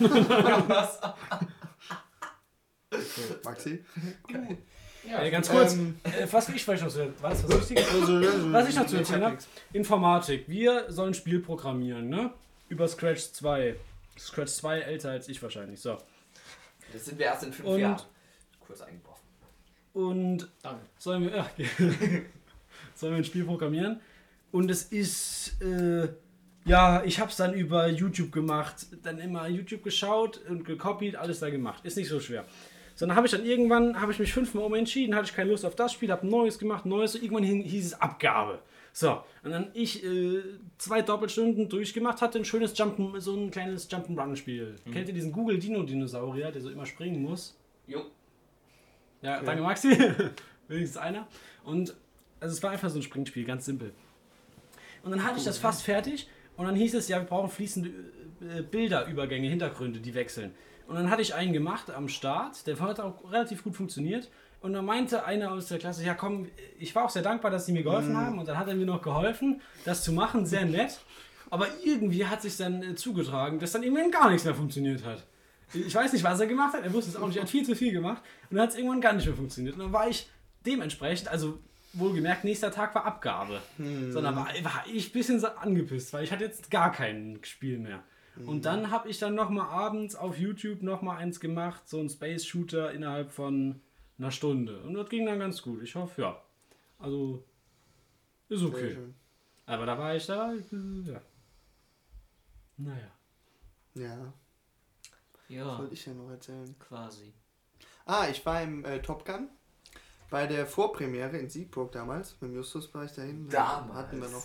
Maxi? Ja, ganz kurz, was ich vielleicht noch zu was Wichtiges? Was ich noch zu erzählen habe, Informatik. Wir sollen ein Spiel programmieren, ne? Über Scratch 2. Scratch 2 älter als ich wahrscheinlich, so. Das sind wir erst in 5 Jahren. Kurz eingebrochen. Und sollen wir ein Spiel programmieren? Und es ist, ich habe es dann über YouTube gemacht, dann immer YouTube geschaut und gekopiert, alles da gemacht. Ist nicht so schwer. Sondern habe ich mich 5-mal umentschieden, hatte ich keine Lust auf das Spiel, habe ein neues gemacht, irgendwann hieß es Abgabe. So, und dann 2 Doppelstunden durchgemacht, hatte so ein kleines Jump'n'Run-Spiel. Kennt ihr diesen Google Dino-Dinosaurier, der so immer springen muss? Jo. Ja, danke Maxi. Wenigstens einer. Und also es war einfach so ein Springspiel, ganz simpel. Und dann hatte ich das fast fertig und dann hieß es, ja, wir brauchen fließende Bilderübergänge, Hintergründe, die wechseln. Und dann hatte ich einen gemacht am Start, der hat auch relativ gut funktioniert. Und dann meinte einer aus der Klasse, ja komm, ich war auch sehr dankbar, dass sie mir geholfen haben. Und dann hat er mir noch geholfen, das zu machen, sehr nett. Aber irgendwie hat sich dann zugetragen, dass dann irgendwann gar nichts mehr funktioniert hat. Ich weiß nicht, was er gemacht hat, er wusste es auch nicht, er hat viel zu viel gemacht. Und dann hat es irgendwann gar nicht mehr funktioniert. Und dann war ich dementsprechend, also wohlgemerkt, nächster Tag war Abgabe. Sondern war ich ein bisschen angepisst, weil ich hatte jetzt gar kein Spiel mehr. Und dann habe ich dann nochmal abends auf YouTube nochmal eins gemacht, so ein Space-Shooter innerhalb von einer Stunde. Und das ging dann ganz gut. Ich hoffe, ja. Also, ist okay. Aber da war ich da, ja. Naja. Ja. Ja. Was wollte ich denn noch erzählen? Quasi. Ich war im Top Gun. Bei der Vorpremiere in Siegburg damals. Mit dem Justus war ich dahin. Damals. Hatten wir noch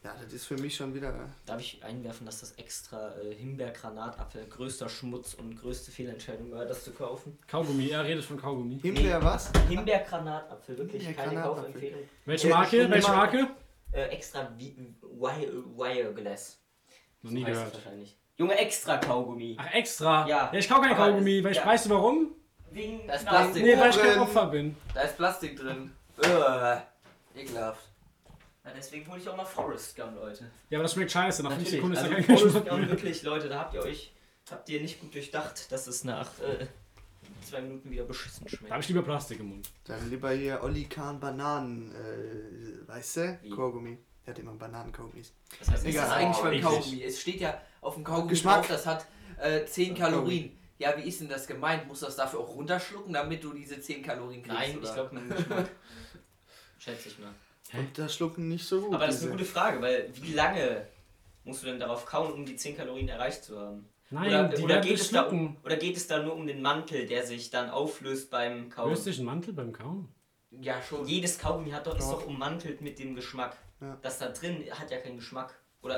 Ja, das ist für mich schon wieder... Darf ich einwerfen, dass das extra Himbeer-Granatapfel größter Schmutz und größte Fehlentscheidung war, das zu kaufen? Kaugummi, er redet von Kaugummi. Himbeer was? Himbeer-Granatapfel, wirklich keine Himbeer-Granatapfel. Kaufempfehlung. Welche Marke? Welche Marke? Extra Wireglass. Noch nie So heißt gehört. es wahrscheinlich. Junge, extra Kaugummi. Ach, extra? Ja. Ich kaufe kein Aber Kaugummi, das- weil ja. weißt du warum? Wegen Da ist Nein. Plastik. Nee, weil ich kein drin. Opfer bin. Da ist Plastik drin. Ekelhaft. Ja, deswegen hole ich auch mal Forrest Gump, Leute. Ja, aber das schmeckt scheiße. Nach 5 Natürlich, Sekunden ist da also kein Forrest Geschmack Gump, mehr. wirklich, Leute, da habt ihr nicht gut durchdacht, dass es nach 2 Minuten wieder beschissen Da schmeckt. habe ich lieber Plastik im Mund. Dann lieber hier Olli Kahn Bananen, weißt du? Wie? Kaugummi. Der hat immer Bananenkaugummis. Das heißt, Was ist Egal. das eigentlich für ein eklig. Kaugummi? Es steht ja auf dem Kaugummi Geschmack. drauf, das hat 10 Kalorien. Ja, wie ist denn das gemeint? Musst du das dafür auch runterschlucken, damit du diese 10 Kalorien kriegst? Nein, oder? ich glaube mit dem Geschmack. Schätze ich mal. Und das schlucken nicht so gut. Aber das ist eine diese- gute Frage, weil wie lange musst du denn darauf kauen, um die 10 Kalorien erreicht zu haben? Nein, die werden schlucken. Oder geht es da nur um den Mantel, der sich dann auflöst beim Kauen? Löst dich ein Mantel beim Kauen? Ja, schon. Jedes Kaugummi ist Doch. doch ummantelt mit dem Geschmack. Ja. Das da drin hat ja keinen Geschmack.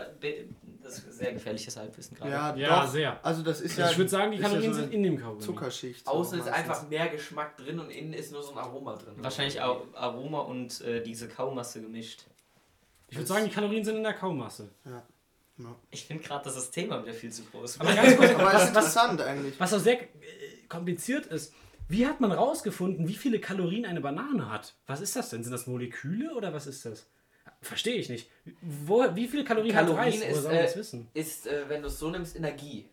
Das ist sehr gefährliches Halbwissen gerade. Ja, Ja, doch. sehr. Also das ist ja... Also ich würde sagen, die ist ja Kalorien so sind in dem Kaugummi. Zuckerschicht. so Außen ist meistens. einfach mehr Geschmack drin und innen ist nur so ein Aroma drin. Wahrscheinlich auch Aroma und diese Kaumasse gemischt. Ich würde sagen, die Kalorien sind in der Kaumasse. Ja. Ich finde gerade, dass das Thema wieder viel zu groß Aber ganz kurz, Aber es ist was interessant eigentlich. auch sehr kompliziert ist, wie hat man rausgefunden, wie viele Kalorien eine Banane hat? Was ist das denn? Sind das Moleküle oder was ist das? Verstehe ich nicht. Wie viele Kalorien, hat Kalorien Reis? Woher ist, soll man das wissen? Ist, wenn du es so nimmst, Energie.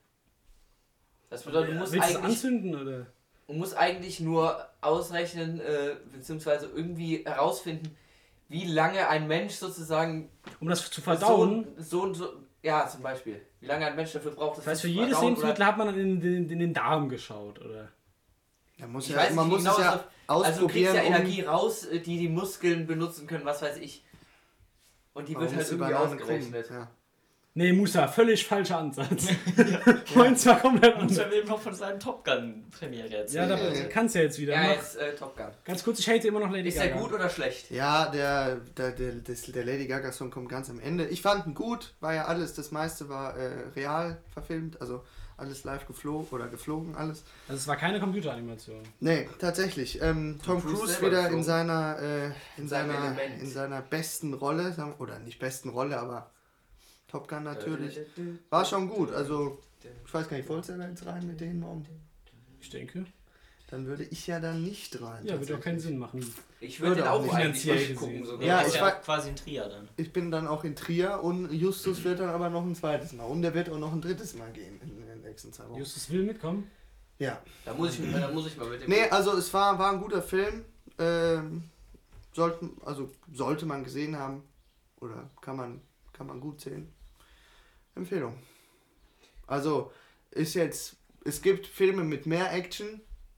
Das bedeutet, du musst Willst du es eigentlich, anzünden oder? du musst eigentlich nur ausrechnen, beziehungsweise irgendwie herausfinden, wie lange ein Mensch sozusagen Um das zu verdauen? so, ja, zum Beispiel. Wie lange ein Mensch dafür braucht, Das heißt, für zu jedes verdauen Lebensmittel hat man dann in den Darm geschaut, oder? Da muss Ich ja, weiß nicht, man wie muss genau es ja es also du kriegst ausprobieren. ja Energie raus, die die Muskeln benutzen können, was weiß ich. Und die wird halt irgendwie ausgerechnet. Ja. Nee, Musa, völlig falscher Ansatz. Meins war komplett Und anders. eben noch von seinem Top Gun Premiere Ja, erzählen. da kannst du ja jetzt wieder. Ja, Mach- jetzt Top Gun. Ganz kurz, ich hate immer noch Lady Ist Gaga. der gut oder schlecht? Ja, der Lady Gaga Song kommt ganz am Ende. Ich fand ihn gut, war ja alles, das meiste war real verfilmt, also alles live geflogen, alles. Also es war keine Computeranimation. Nee, tatsächlich. Tom Cruise Cruise selber wieder geflogen. in seinem seiner Element. in seiner besten Rolle, oder nicht besten Rolle, aber Top Gun natürlich. War schon gut, also ich weiß gar nicht, wolltest du da jetzt rein mit denen morgen? Ich denke. Dann würde ich ja dann nicht rein. Ja, würde auch keinen tatsächlich. Sinn machen. Ich würde den Würde auch auch nicht eigentlich finanziell durchgucken. gesehen. Sogar. Ja, ist ich ja war- auch quasi ein Trier dann. Ich bin dann auch in Trier und Justus wird dann aber noch ein zweites Mal. Und der wird auch noch ein drittes Mal gehen in den nächsten 2 Wochen. Justus will mitkommen. Ja. Da muss ich mal mit dem. Nee, also es war ein guter Film. Sollte man gesehen haben. Oder kann man gut sehen. Empfehlung. Also es gibt Filme mit mehr Action.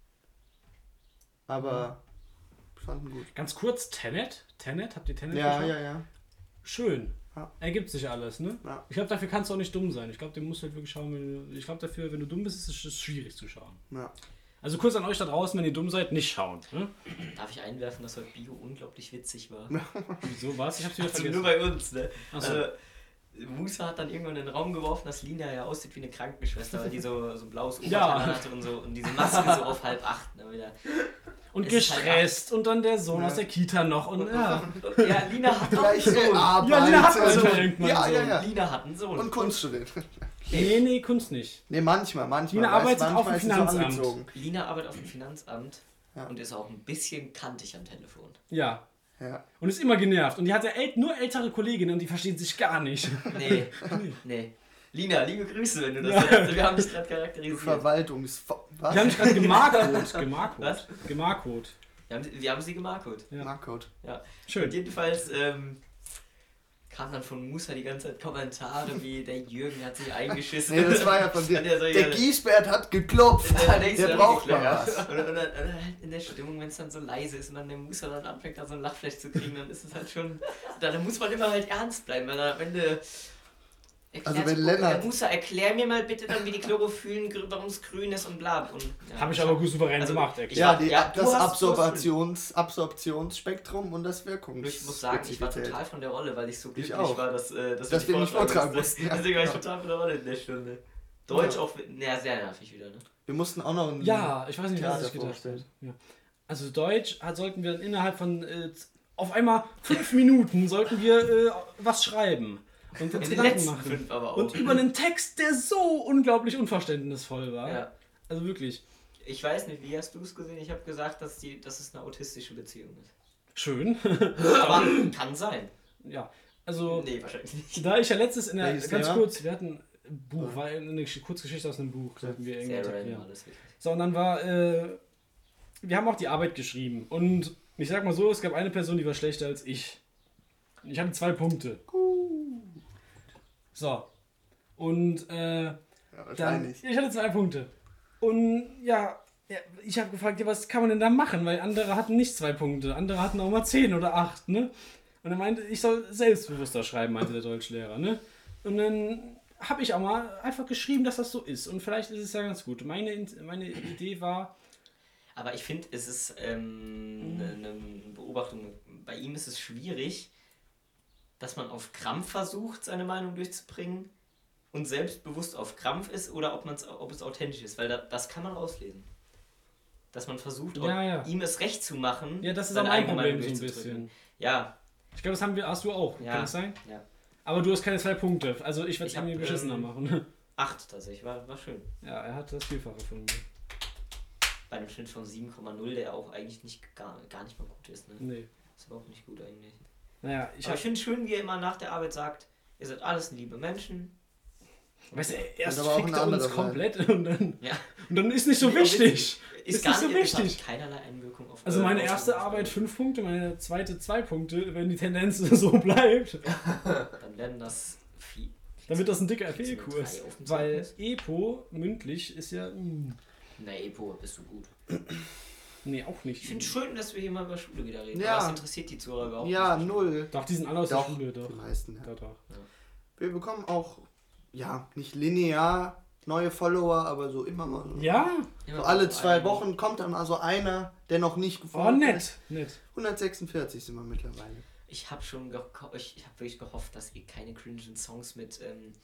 Aber ich fand ihn gut. Ganz kurz, Tenet. Habt ihr Tenet Ja, geschaut? ja. Schön. Ja. Ergibt sich alles, ne? Ja. Ich glaube, dafür kannst du auch nicht dumm sein. Ich glaube, den musst du halt wirklich schauen. Wenn du dumm bist, ist es schwierig zu schauen. Ja. Also kurz an euch da draußen, wenn ihr dumm seid, nicht schauen. Ne? Darf ich einwerfen, dass heute Bio unglaublich witzig war? Wieso was? Ich hab's wieder Also vergessen. nur bei uns, ne? Ach so. Also, Musa hat dann irgendwann in den Raum geworfen, dass Lina ja aussieht wie eine Krankenschwester, weil die so ein blaues Oberteil Ja. hatte und so und diese Maske so auf 7:30. Ne, wieder. Und Es ist halt gestresst und dann der Sohn Ja. aus der Kita noch und ja. Ja, Lina hat auch einen Gleiche Sohn. Arbeit. Ja, Lina hat einen Sohn. Ja, ja, ja. Lina hat einen Sohn. Und Kunststudent. Nee, Kunst nicht. Nee, manchmal. Lina arbeitet manchmal auf dem ist sie so Finanzamt. angezogen. Lina arbeitet auf dem Finanzamt Ja. und ist auch ein bisschen kantig am Telefon. Ja. Ja. Und ist immer genervt. Und die hat ja nur ältere Kolleginnen und die verstehen sich gar nicht. Nee, nee. Lina, liebe Grüße, wenn du das hörst. Wir haben dich gerade charakterisiert. Was? Die haben mich gerade gemarkot. Was? Gemarkot. Wir haben sie gemarkert. Ja. Marcode. Schön. Und jedenfalls kam dann von Musa die ganze Zeit Kommentare wie der Jürgen hat sich eingeschissen. Nee, das war ja von dir. Und er so, Der ja, Giesbert hat geklopft. Ja, denkst du, Der dann braucht wirklich mal gleich, was. Und dann halt in der Stimmung, wenn es dann so leise ist und dann der Musa dann anfängt, da so ein Lachfleisch zu kriegen, dann ist es halt schon. Da muss man immer halt ernst bleiben, weil am Ende. Also wenn Lennart... Musa, erklär mir mal bitte dann, wie die Chlorophylen, warum es grün ist und bla. Und, ja, Habe ich aber gut souverän gemacht, Ja, du das hast- Absorptionsspektrum und das Wirkungs... Ich muss sagen, ich war total von der Rolle, weil ich so glücklich auch. war, dass Dass wir nicht vortragen mussten. Ja. Deswegen war ich total von der Rolle in der Stunde. Deutsch auch, sehr nervig wieder, ne? Wir mussten auch noch ein Ja, ich weiß nicht, was Theater ich gedacht habe. vorstellen. Ja. Also Deutsch sollten wir dann innerhalb von auf einmal 5 Minuten sollten wir was schreiben. Und uns In den Gedanken letzten machen. 5 aber auch. Und über einen Text, der so unglaublich unverständnisvoll war. Ja. Also wirklich. Ich weiß nicht, wie hast du es gesehen? Ich habe gesagt, dass es eine autistische Beziehung ist. Schön. Aber kann sein. Ja. Also, Nee, wahrscheinlich nicht. da ich ja letztes in der, Welches ganz Thema? kurz, wir hatten ein Buch, war eine Kurzgeschichte aus einem Buch, sollten wir irgendwie Sehr random etablieren. alles wirklich. So, und dann war, wir haben auch die Arbeit geschrieben. Und ich sag mal so, es gab eine Person, die war schlechter als ich. Ich hatte 2 Punkte. So. Und Ja, dann, wahrscheinlich. ich hatte 2 Punkte. Und ja, ich habe gefragt, ja, was kann man denn da machen? Weil andere hatten nicht 2 Punkte. Andere hatten auch mal 10 oder 8, ne? Und er meinte, ich soll selbstbewusster schreiben, meinte der Deutschlehrer, ne? Und dann habe ich auch mal einfach geschrieben, dass das so ist. Und vielleicht ist es ja ganz gut. Meine Idee war... Aber ich finde, es ist eine Beobachtung. Bei ihm ist es schwierig, dass man auf Krampf versucht, seine Meinung durchzubringen und selbstbewusst auf Krampf ist oder ob es authentisch ist. Weil das kann man rauslesen. Dass man versucht, ihm es recht zu machen. Ja, das ist seine auch mein eigene Problem Meinung so ein durchzudrücken. bisschen. Ja, Ich glaube, das hast du auch. Ja. Kann das sein? ja. Aber du hast keine 2 Punkte. Also ich werde es Ich hab, irgendwie beschissener machen. 8 tatsächlich, war schön. Ja, er hat das Vielfache von mir. Bei einem Schnitt von 7,0, der auch eigentlich nicht gar nicht mal gut ist. Ne? Nee. Ist überhaupt nicht gut eigentlich. Naja, Aber ich finde es schön, wie er immer nach der Arbeit sagt, ihr seid alles liebe Menschen. Weißt du, erst aber auch fickt ein er uns anderer komplett und Ja. dann ist nicht so Nee, wichtig. Ist Ist gar nicht so nicht, es wichtig. hat keinerlei Einwirkung auf Also meine auf erste die- Arbeit 5 Punkte, meine zweite 2 Punkte, wenn die Tendenz so bleibt. Dann werden das viel. Dann wird das ein dicker Gibt's eine FE-Kurs. 3 auf dem Weil Zeugnis? EPO mündlich ist ja... Na, Epo, bist du gut. Nee, auch nicht. Ich finde es schön, dass wir hier mal über Schule wieder reden. Ja. Aber das interessiert die Zuhörer überhaupt Ja, nicht. 0. Doch, die sind alle aus Doch, der Schule, doch. Die meisten, ja. Doch. Wir bekommen auch, ja, nicht linear neue Follower, aber so immer mal so. Ja? Ja, So alle so 2 einen- Wochen kommt dann also einer, der noch nicht Oh, gefolgt nett, ist. nett. 146 sind wir mittlerweile. Ich habe wirklich gehofft, dass ihr keine cringen Songs mit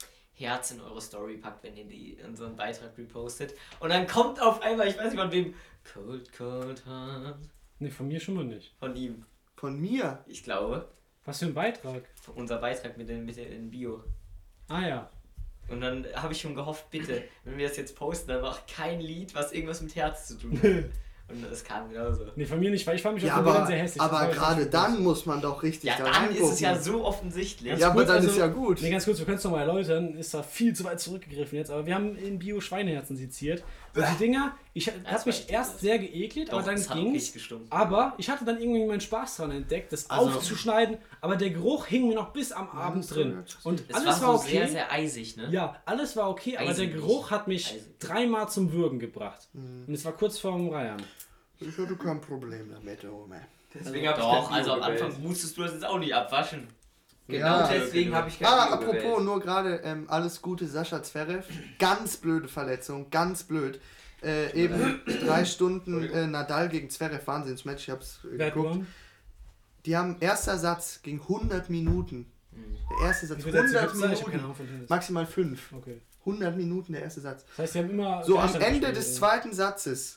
Herz in eure Story packt, wenn ihr die in so einen Beitrag repostet. Und dann kommt auf einmal, ich weiß nicht von wem, Cold, Cold Heart. Nee, von mir schon mal nicht. Von ihm. Von mir? Ich glaube. Was für ein Beitrag. Unser Beitrag mit den Bio. Ah ja. Und dann habe ich schon gehofft, bitte, wenn wir das jetzt posten, dann mach kein Lied, was irgendwas mit Herz zu tun hat. Und es kam genauso. Nee, von mir nicht, weil ich fand mich Ja, auf den Bildern aber, sehr hässlich. Das aber war jetzt gerade nicht dann muss man doch richtig Ja, da dann ist es ja reingucken. so offensichtlich. Ganz Ja, aber kurz, dann also- ist ja gut. Nee, ganz kurz, wir können es nochmal erläutern, ist da viel zu weit zurückgegriffen jetzt, aber wir haben in Bio Schweineherzen seziert. Und die Dinger, ich das habe war mich echt erst gut. sehr geekelt, aber Doch, dann es hat ging's. richtig gestimmt. Aber ich hatte dann irgendwie meinen Spaß dran entdeckt, das Also- aufzuschneiden, aber der Geruch hing mir noch bis am Abend das drin. war- Und Es alles war war so okay. sehr, sehr eisig, ne? Ja, alles war okay, aber der Eisig. Geruch hat mich Eisig. 3-mal zum Würgen gebracht. Mhm. Und es war kurz vorm Reiern. Ich hatte kein Problem damit, Oma. Deswegen habe ich Doch, kein also am Bio gewählt. Anfang musstest du das jetzt auch nicht abwaschen. Genau Ja. deswegen habe ich kein Ah, Bio apropos, gewählt. nur gerade alles Gute Sascha Zverev. Ganz blöde Verletzung, ganz blöd. Eben 3 Stunden Nadal gegen Zverev, Wahnsinnsmatch, ich hab's Wer hat geguckt. gewonnen? Die haben, erster Satz ging 100 Minuten. Der erste Satz, Wie viel Sätze 100 gibt's da? Ich hab keine Minuten. Ahnung von Tennis. Maximal 5. Okay. 100 Minuten der erste Satz. Das heißt, die haben immer... So, am Gleichstand Ende gespielt, des oder? zweiten Satzes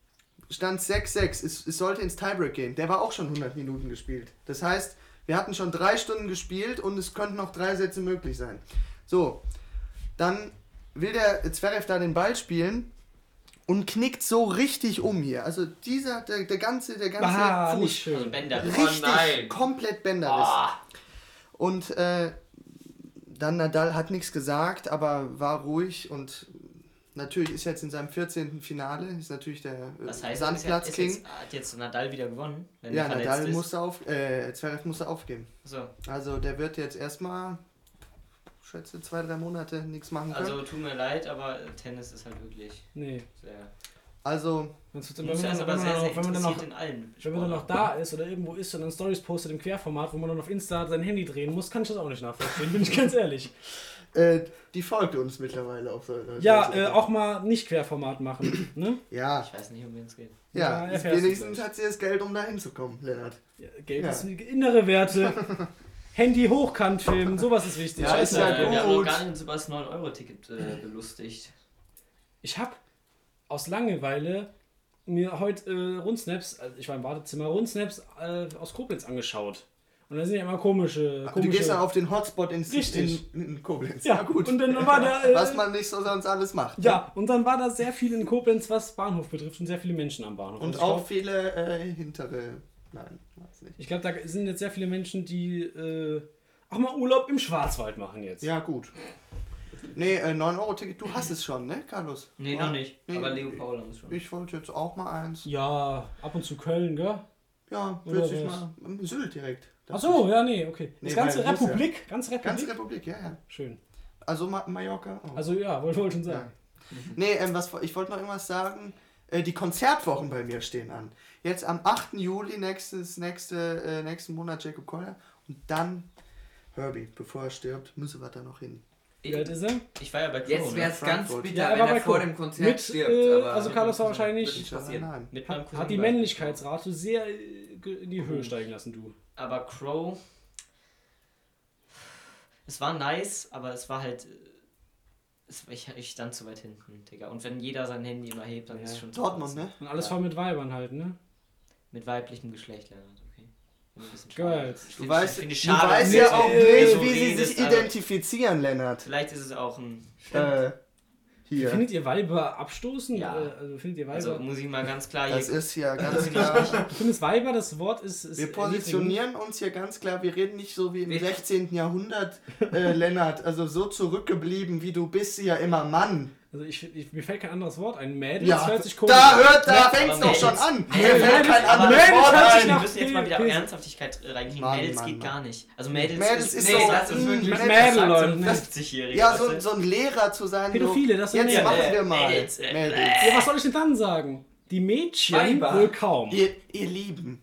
stand 6-6. Es sollte ins Tiebreak gehen. Der war auch schon 100 Minuten gespielt. Das heißt, wir hatten schon 3 Stunden gespielt und es könnten noch 3 Sätze möglich sein. So, dann will der Zverev da den Ball spielen und knickt so richtig um hier. Also der ganze Ah, Fuß. nicht Also schön. Bänder. Richtig, nein. komplett Bänderriss. Und dann Nadal hat nichts gesagt, aber war ruhig und natürlich ist jetzt in seinem 14. Finale, ist natürlich der Was heißt, Sandplatz-King. hat jetzt Nadal wieder gewonnen? Wenn Ja, er verletzt Nadal ist? musste Zverev musste aufgeben. So, Also der wird jetzt erstmal, schätze 2-3 Monate nichts machen können. also tut mir leid, aber Tennis ist halt wirklich Nee. sehr... Also, Sonst Musa ist aber sehr, sehr wenn man dann noch interessiert in allen Wenn man dann noch da ist oder irgendwo ist und dann Stories postet im Querformat, wo man dann auf Insta sein Handy drehen muss, kann ich das auch nicht nachvollziehen, bin ich ganz ehrlich. Die folgt uns mittlerweile auf so. Ja, auch mal nicht Querformat machen. Ne? Ja, Ich weiß nicht, um wen es geht. ja. erfährst du Wenigstens gleich. hat sie das Geld, um da hinzukommen, Lennart. Ja, Geld Ja. ist innere Werte. Handy hochkant filmen, sowas ist wichtig. Ja, ist ja gut. Wir haben noch gar nicht uns über das 9-Euro-Ticket belustigt. Ich habe aus Langeweile mir heute Rundsnaps, also ich war im Badezimmer, Rundsnaps aus Koblenz angeschaut. Und da sind ja immer komische... Du gehst dann auf den Hotspot Richtig. in Koblenz. Ja, gut. Und dann war da... Was man nicht so sonst alles macht. ja, und dann war da sehr viel in Koblenz, was Bahnhof betrifft und sehr viele Menschen am Bahnhof. Und Also auch viele hintere. Nein, weiß nicht. ich glaube, da sind jetzt sehr viele Menschen, die auch mal Urlaub im Schwarzwald machen jetzt. Ja, gut. Nee, 9-Euro-Ticket, du hast es schon, ne, Carlos? Nee, Ja. noch nicht. Nee. Aber Leo Paul haben es schon. Ich wollte jetzt auch mal eins. Ja, ab und zu Köln, gell? Ja, Oder würde ich was? mal. Sylt direkt. Ach so, ja, nee, okay. Nee, Das ganze weil Russe. Republik, ganze Republik. Ganze Republik, ja, ja. Schön. Also Mallorca auch. Also ja, wollte schon ja. sagen. Nee, ich wollte noch irgendwas sagen. Die Konzertwochen bei mir stehen an. Jetzt am 8. Juli nächsten Monat Jacob Collier. Und dann Herbie, bevor er stirbt, müssen wir da noch hin. Wie alt ist er? Ich war ja bei Crow, Jetzt wäre es ganz Frankfurt. bitter, Ja, er wenn war er bei vor Crow. dem Konzert Mit, stirbt. Aber also Carlos war wird wahrscheinlich... nicht passieren. Nein. Mit meinem Cousin Hat die war ich bei Männlichkeitsrate sehr in die Höhe steigen lassen, du. Crow. Aber Crow... Es war nice, aber es war halt... Ich stand zu weit hinten, Digga. Und wenn jeder sein Handy immer hebt, dann ist es schon zu Dortmund, krass. ne? Und alles Ja. voll mit Weibern halt, ne? Mit weiblichem Geschlecht, Leonard, okay? Bin ein bisschen Geil. Ich Du find- weißt, find ich du schade, weißt dass ja du auch so nicht, wie sie redest, sich also identifizieren, Lennart. Vielleicht ist es auch ein... Hier. Findet ihr Weiber abstoßen? Ja. Also findet ihr Weiber... Also muss ich mal ganz klar Das hier... ist ja ganz klar. du findest Weiber, das Wort ist Wir positionieren uns hier ganz klar, wir reden nicht so wie im Wir- 16. Jahrhundert, Lennart. Also so zurückgeblieben, wie du bist, ja immer Mann. Also mir fällt kein anderes Wort ein. Mädels Ja, hört sich komisch da an. fängt's aber doch schon Mädels- an. Mir Mädels- fällt kein aber anderes Mädels Wort hört sich ein. Wir nach- müssen jetzt mal wieder auf P- Ernsthaftigkeit reinkriegen. Mann, Mädels Mann, geht Mann. gar nicht. Also Mädels, Mädels ist Nee, so... das ist wirklich- Mit das Mädel, sagt Leute. so ein Das- 50-Jähriger. Ja, weißt du? so ein Lehrer zu sein. Pädophile, das so, sind jetzt Mädels. machen wir mal. Mädels, Mädels. Ja, was soll ich denn dann sagen? Die Mädchen Weiber. wohl kaum. Ihr Lieben.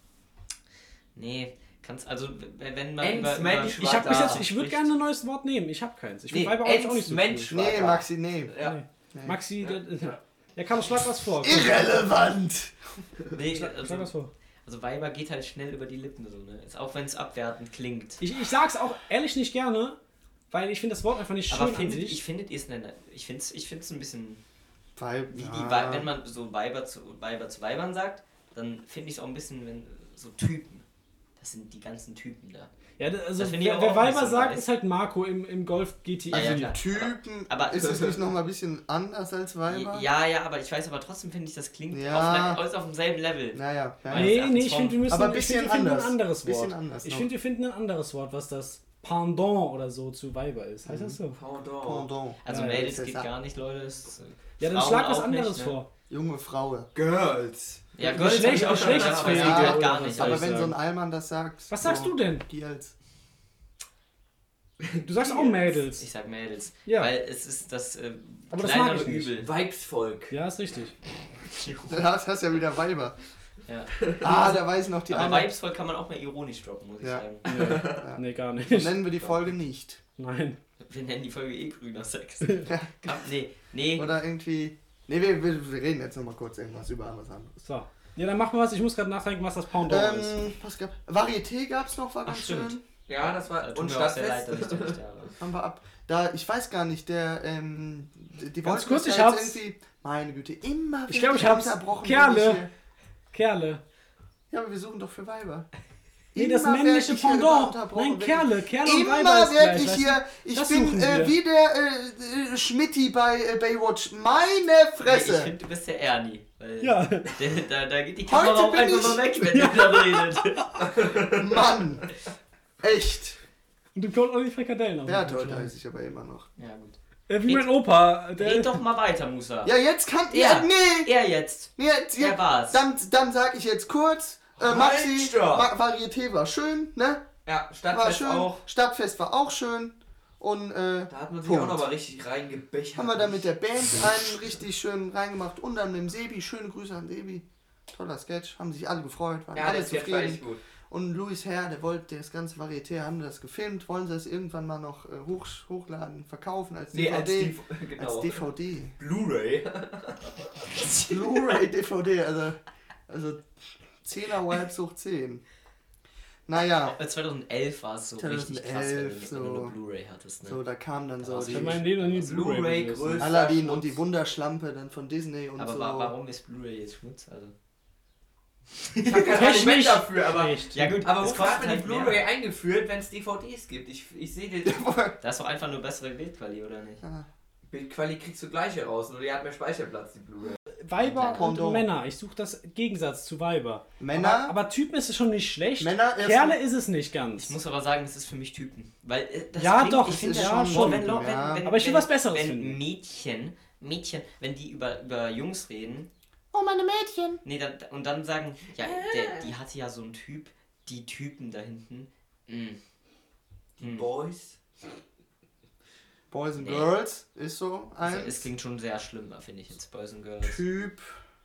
Nee, kannst also, wenn man über... Mensch, Ich hab bis da jetzt, ich würde gerne ein neues Wort nehmen. Ich habe keins. Ich finde Nee, Weiber auch nicht so Mensch. cool. Nee, Maxi, nee. Ja. Nee. Maxi, ja, Carlos, schlag was vor. Irrelevant. Nee, Schlag was also, vor. also Weiber geht halt schnell über die Lippen so, ne? Ist, auch wenn es abwertend klingt. Ich sag's auch ehrlich nicht gerne, weil ich finde das Wort einfach nicht schön Aber an sich. findet ihr es denn... Ich find's ein bisschen... Weil, Wie wenn man so Weiber zu Weibern sagt, dann finde ich es auch ein bisschen, wenn so Typen. Das sind die ganzen Typen da. Ja, also Das finde ich wer aber auch Weiber nicht so sagt, nice. ist halt Marco im Golf GTI. Ja, also ja, die klar. Typen, Aber- ist es nicht nochmal ein bisschen anders als Weiber? Ja, aber ich weiß aber trotzdem, finde ich, das klingt Ja. auf demselben Level. Naja, ja. Meines Nee, Erachtens ich finde, wir müssen Aber ein ich bisschen find, wir finden anders. ein anderes Wort. Bisschen anders Ich noch. finde, wir finden ein anderes Wort, was das Pendant oder so zu Weiber ist. Heißt das so? Pendant. Pendant. Also Ja, Mädels das geht ist- gar nicht, Leute. Ist, Ja, dann Frauen schlag was auch nicht, anderes ne? vor. Junge Frau. Girls. Ja, Girls hab ich auch schon gehört, aber es geht Ja, halt gar nicht. Aber soll ich wenn so ein sagen. Allmann das sagt. Was sagst du denn? Girls. Du sagst auch Mädels. Ich sag Mädels. Ja. Weil es ist das Aber das kleinere mag ich nicht. Übel. Weibsvolk. Ja, ist richtig. Da hast du ja wieder Weiber. Ja. Da weiß ich noch die Aber andere. Weibsvoll kann man auch mal ironisch droppen, muss ich Ja. sagen. Ja. Nee, gar nicht. Nennen wir die Folge nicht. Nein. Wir nennen die Folge grüner Sex. Nee. Oder irgendwie. Nee, wir reden jetzt nochmal kurz irgendwas über was anderes. So. Ja, dann machen wir was. Ich muss gerade nachdenken, was das Pendant ist. Was gab? Varieté gab's noch, war Ach, ganz stimmt. schön. Ja, das war. Tut Und mir auch sehr leid, Stadtfest. dass ich da nicht da war. Haben wir ab. Da, ich weiß gar nicht, die Ganz wollten kurz, das ich ja hab's. jetzt irgendwie. Meine Güte, immer Ich glaube, ich wird hab's. unterbrochen, Kerle. wenn ich hier- Kerle. Ja, aber wir suchen doch für Weiber. Nee, das Immer männliche werd ich hier Pendant. unterbrochen, Nein, wenn Kerle. Kerle und Weiber Immer ist werde gleich. ich weißt hier, ich Das bin suchen wir. wie der Schmitti bei Baywatch. Meine Nee, ich Fresse! finde, du bist der Ernie. Weil Ja. da geht die Heute Kamera auch bin einfach ich- mal weg, wenn ihr da redet. Mann! Echt! Und du kommt auch die Frikadellen auf. Ja, toll, da ist ich aber immer noch. Ja, gut. Wie mein Opa. Red doch mal weiter, Musa. Ja, jetzt kann. Ja. Nee! Er jetzt. Jetzt, Er war's. Dann sag ich jetzt kurz. Maxi, stopp. Varieté war schön, ne? Ja, War Stadtfest schön. auch. Stadtfest war auch schön. Und Da hat man sich Punkt. auch noch mal richtig reingebechert. haben wir da mit der Band einen richtig schön reingemacht. Und dann mit dem Sebi. Schöne Grüße an Sebi. Toller Sketch. Haben sich alle gefreut. Waren Ja, alle der Sketch war echt zufrieden. gut. Und Louis Herr, der wollte das ganze Varieté, haben das gefilmt, wollen sie es irgendwann mal noch hochladen, verkaufen als DVD. Genau. Als DVD. Blu-ray. Blu-ray, DVD, also 10er Vibes hoch 10. Naja. 2011 war es so richtig krass, wenn du eine Blu-ray hattest. Ne? So, da kam dann so Ich habe mein Leben noch nie Blu-ray besessen. größer. Aladdin und die Wunderschlampe dann von Disney und aber so. warum ist Blu-ray jetzt Schmutz? Also Ich habe kein Argument dafür, aber... Echt. ja gut, Aber es wofür hat kostet man die halt Blu-ray mehr. eingeführt, wenn es DVDs gibt? Ich sehe den... Da ist doch einfach nur bessere Bildqualität, oder nicht? Bildqualität kriegst du gleiche raus, nur die hat mehr Speicherplatz, die Blu-ray. Weiber Pendant. und Männer. Ich suche das Gegensatz zu Weiber. Männer? Aber Typen ist es schon nicht schlecht. Männer erst- Kerle ist es nicht ganz. Ich muss aber sagen, das ist für mich Typen. Weil das Ja, klingt- doch, ich es finde ist das schon schon, Typen, ja. Aber ich will was Besseres wenn finden. Mädchen, wenn die über Jungs reden, Oh, meine Mädchen. nee, und dann sagen, ja, die hatte ja so einen Typ, die Typen da hinten. Boys. Boys and Nee. Girls ist so Also, ein es klingt schon sehr schlimm, finde ich jetzt Boys and Girls. Typ.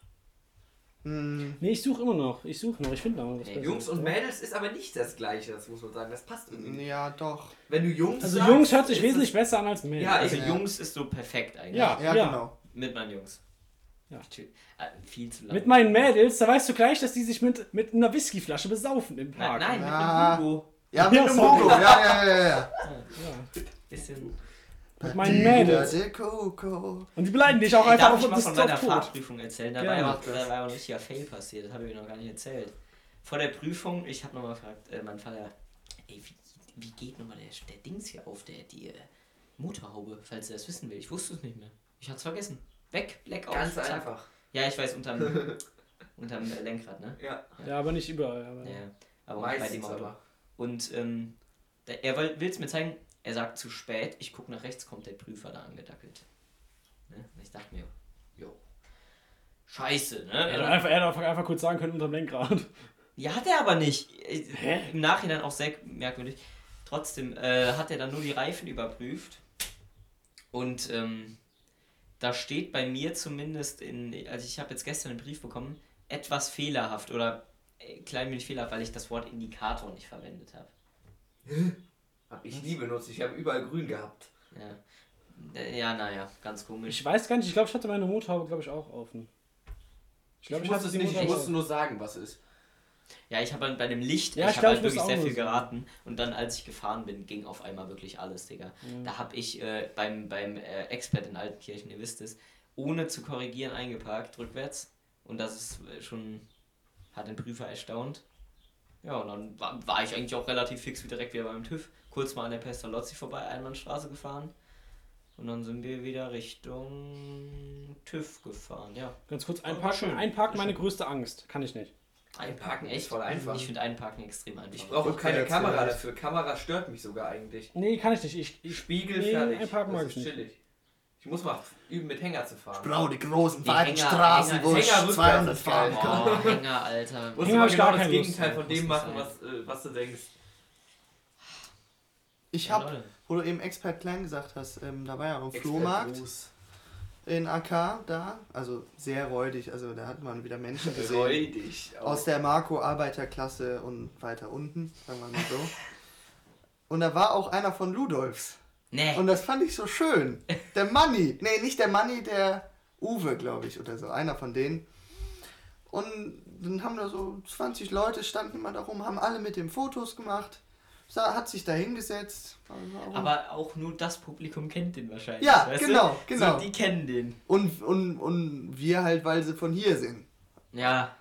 Nee, ich suche immer noch. Ich finde noch was Hey, Besseres. Jungs und Mädels ist aber nicht das gleiche, das muss man sagen. Das passt irgendwie nicht. Ja, doch. Wenn du Jungs Also sagst, Jungs hört sich ist wesentlich besser an als Mädels. Ja, Also Ja. Jungs ist so perfekt eigentlich. Ja. Ja, genau. Mit meinen Jungs. Ja. Viel zu lang. Mit meinen Mädels, da weißt du gleich, dass die sich mit einer Whiskyflasche besaufen im Nein, Park. nein, Ja. mit einem Hugo. Ja, mit Ja, dem sorry. Hugo. Ja. Ja. Bisschen. Mit meinen Mädels. Der Coco. Und die beleidigen dich auch Ey, einfach darf auf ich mal das von meiner Tod. Fahrprüfung erzählen? Da war Gerne. ja ein richtiger Fail passiert. Das habe ich mir noch gar nicht erzählt. Vor der Prüfung, ich habe nochmal gefragt, mein Vater, ey, wie geht nochmal der Dings hier auf, die Motorhaube, falls er das wissen will. Ich wusste es nicht mehr. Ich hatte es vergessen. Weg, Blackout. Ganz zack. einfach. Ja, ich weiß, unterm Lenkrad, ne? Ja. Ja, aber nicht überall. Aber Ja, aber bei dem Meistens Auto. aber. Und er will es mir zeigen, er sagt zu spät, ich gucke nach rechts, kommt der Prüfer da angedackelt. Ne? Und ich dachte mir, jo, scheiße, ne? er hätte einfach kurz sagen können, unterm Lenkrad. Ja, hat er aber nicht. Hä? Im Nachhinein auch sehr merkwürdig. Trotzdem hat er dann nur die Reifen überprüft. Und da steht bei mir zumindest, also ich habe jetzt gestern einen Brief bekommen, etwas fehlerhaft oder klein wenig fehlerhaft, weil ich das Wort Indikator nicht verwendet habe. Hab ich nie benutzt, ich habe überall grün gehabt. Ja, naja, ganz komisch. Ich weiß gar nicht, ich glaube, ich hatte meine Motorhaube, glaube ich, auch offen. Ich glaube, Ich wusste es nicht, ich Motorhaube musste nur sagen, was ist. Ja, ich habe halt bei dem Licht, Ja, ich ich habe glaub, halt ich wirklich muss sehr auch viel nur geraten. Und dann, als ich gefahren bin, ging auf einmal wirklich alles, Digga. Da habe ich beim Expert in Altenkirchen, ihr wisst es, ohne zu korrigieren eingeparkt, rückwärts. Und das ist hat den Prüfer erstaunt. Ja, und dann war ich eigentlich auch relativ fix wie direkt wieder beim TÜV. Kurz mal an der Pestalozzi vorbei, Einbahnstraße gefahren. Und dann sind wir wieder Richtung TÜV gefahren, ja. Ganz kurz, War einparken, schön. einparken War meine schön. größte Angst. Kann ich nicht. Einparken ist echt voll einfach. Ich finde Einparken extrem einfach. Ich brauche keine Rückwärts Kamera vielleicht. dafür. Kamera stört mich sogar eigentlich. Nee, kann ich nicht. Ich Spiegel nee, fertig. einparken mag Das ich ist nicht. chillig. Ich muss mal üben, mit Hänger zu fahren. Blau, die großen Die weiten Hänger- Straßen, Hänger- wo ich Hänger rückwärts 200 ist fahren geil. kann. Oh, Hänger, Alter. Musst Hänger du mal hab ich genau gar das keine Lust Gegenteil drauf. von dem Muss machen, nicht was du denkst. Ich Ja, hab, Leute. wo du eben Expert Klein gesagt hast, da war ja auch ein Expert Flohmarkt Gruß. in AK da, also sehr räudig, also da hat man wieder Menschen gesehen. Räudig. Aus der Marco-Arbeiterklasse und weiter unten, sagen wir mal so. Und da war auch einer von Ludolfs. Nee. Und das fand ich so schön. Der Manni. Nee, nicht der Manni, der Uwe, glaube ich, oder so. Einer von denen. Und dann haben da so 20 Leute, standen immer da rum, haben alle mit dem Fotos gemacht. Hat sich da hingesetzt. Aber auch nur das Publikum kennt den wahrscheinlich. Ja, weißt genau, du? genau. So, die kennen den. Und wir halt, weil sie von hier sind. Ja.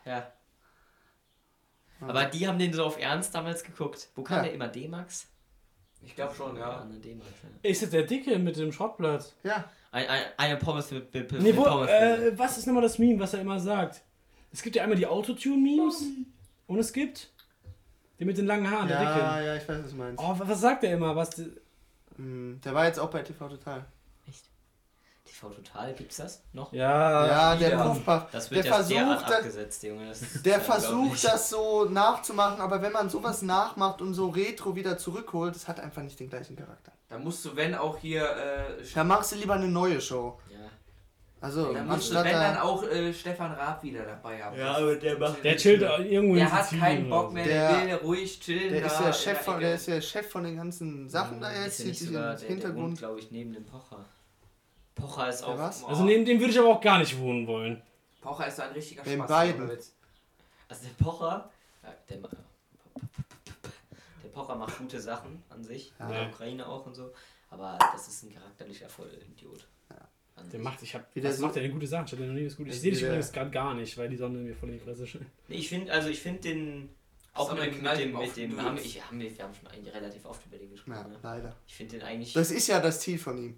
Aber die haben den so auf Ernst damals geguckt. Wo kam Ja. der immer? D-Max? Ich glaube schon, ja. Eine D-Max, ja. Ist es der Dicke mit dem Schrottblatt? Ja. Eine Pommes mit Nee, wo, Pommes. was ist nochmal das Meme, was er immer sagt? Es gibt ja einmal die Autotune-Memes und es gibt den mit den langen Haaren, der Dicke. Ja, ich weiß, was du meinst. Oh, was sagt der immer? Der war jetzt auch bei TV Total. Echt? TV Total, gibt's das noch? Ja, Ja, der wieder. Puffpuff. Das wird Der ja derart versucht, das, abgesetzt, Junge. Das ist der unglaublich. versucht das so nachzumachen, aber wenn man sowas nachmacht und so Retro wieder zurückholt, das hat einfach nicht den gleichen Charakter. Da musst du, wenn auch hier. Da machst du lieber eine neue Show. Ja. Also, Dann musst du, anstatt wenn dann da, auch Stefan Raab wieder dabei haben. Ja, aber der macht- Der chillt irgendwo in Der hat Sizilien keinen oder Bock so. mehr, Der- der will ruhig chillen. der ist da ja in Chef von, Ecke. der ist ja Chef von den ganzen Sachen da Ist jetzt, ja zieht nicht sich sogar im der wohnt, Hintergrund. glaube ich, neben dem Pocher. Pocher ist Der auch... was? boah. Also neben dem würde ich aber auch gar nicht wohnen wollen. Pocher ist so ein richtiger Den Spaß. beiden. ohne Witz. Also der Pocher, ja, der Pocher macht gute Sachen an sich, Ja. in der Ukraine auch und so, aber das ist ein charakterlicher Vollidiot. An Der sich. macht, Wieder was so- macht der denn gute Sachen? Ich hab den noch nie was Gutes. Ich Ist sehe dich wieder- übrigens gerade gar nicht, weil die Sonne mir voll in die Fresse scheint. Nee, ich finde den auch aber mit der dem, knallt mit auf dem den haben, Döns. wir haben schon eigentlich relativ oft über den gesprochen. Ja, Ne? leider. Ich finde den eigentlich... Das ist ja das Ziel von ihm.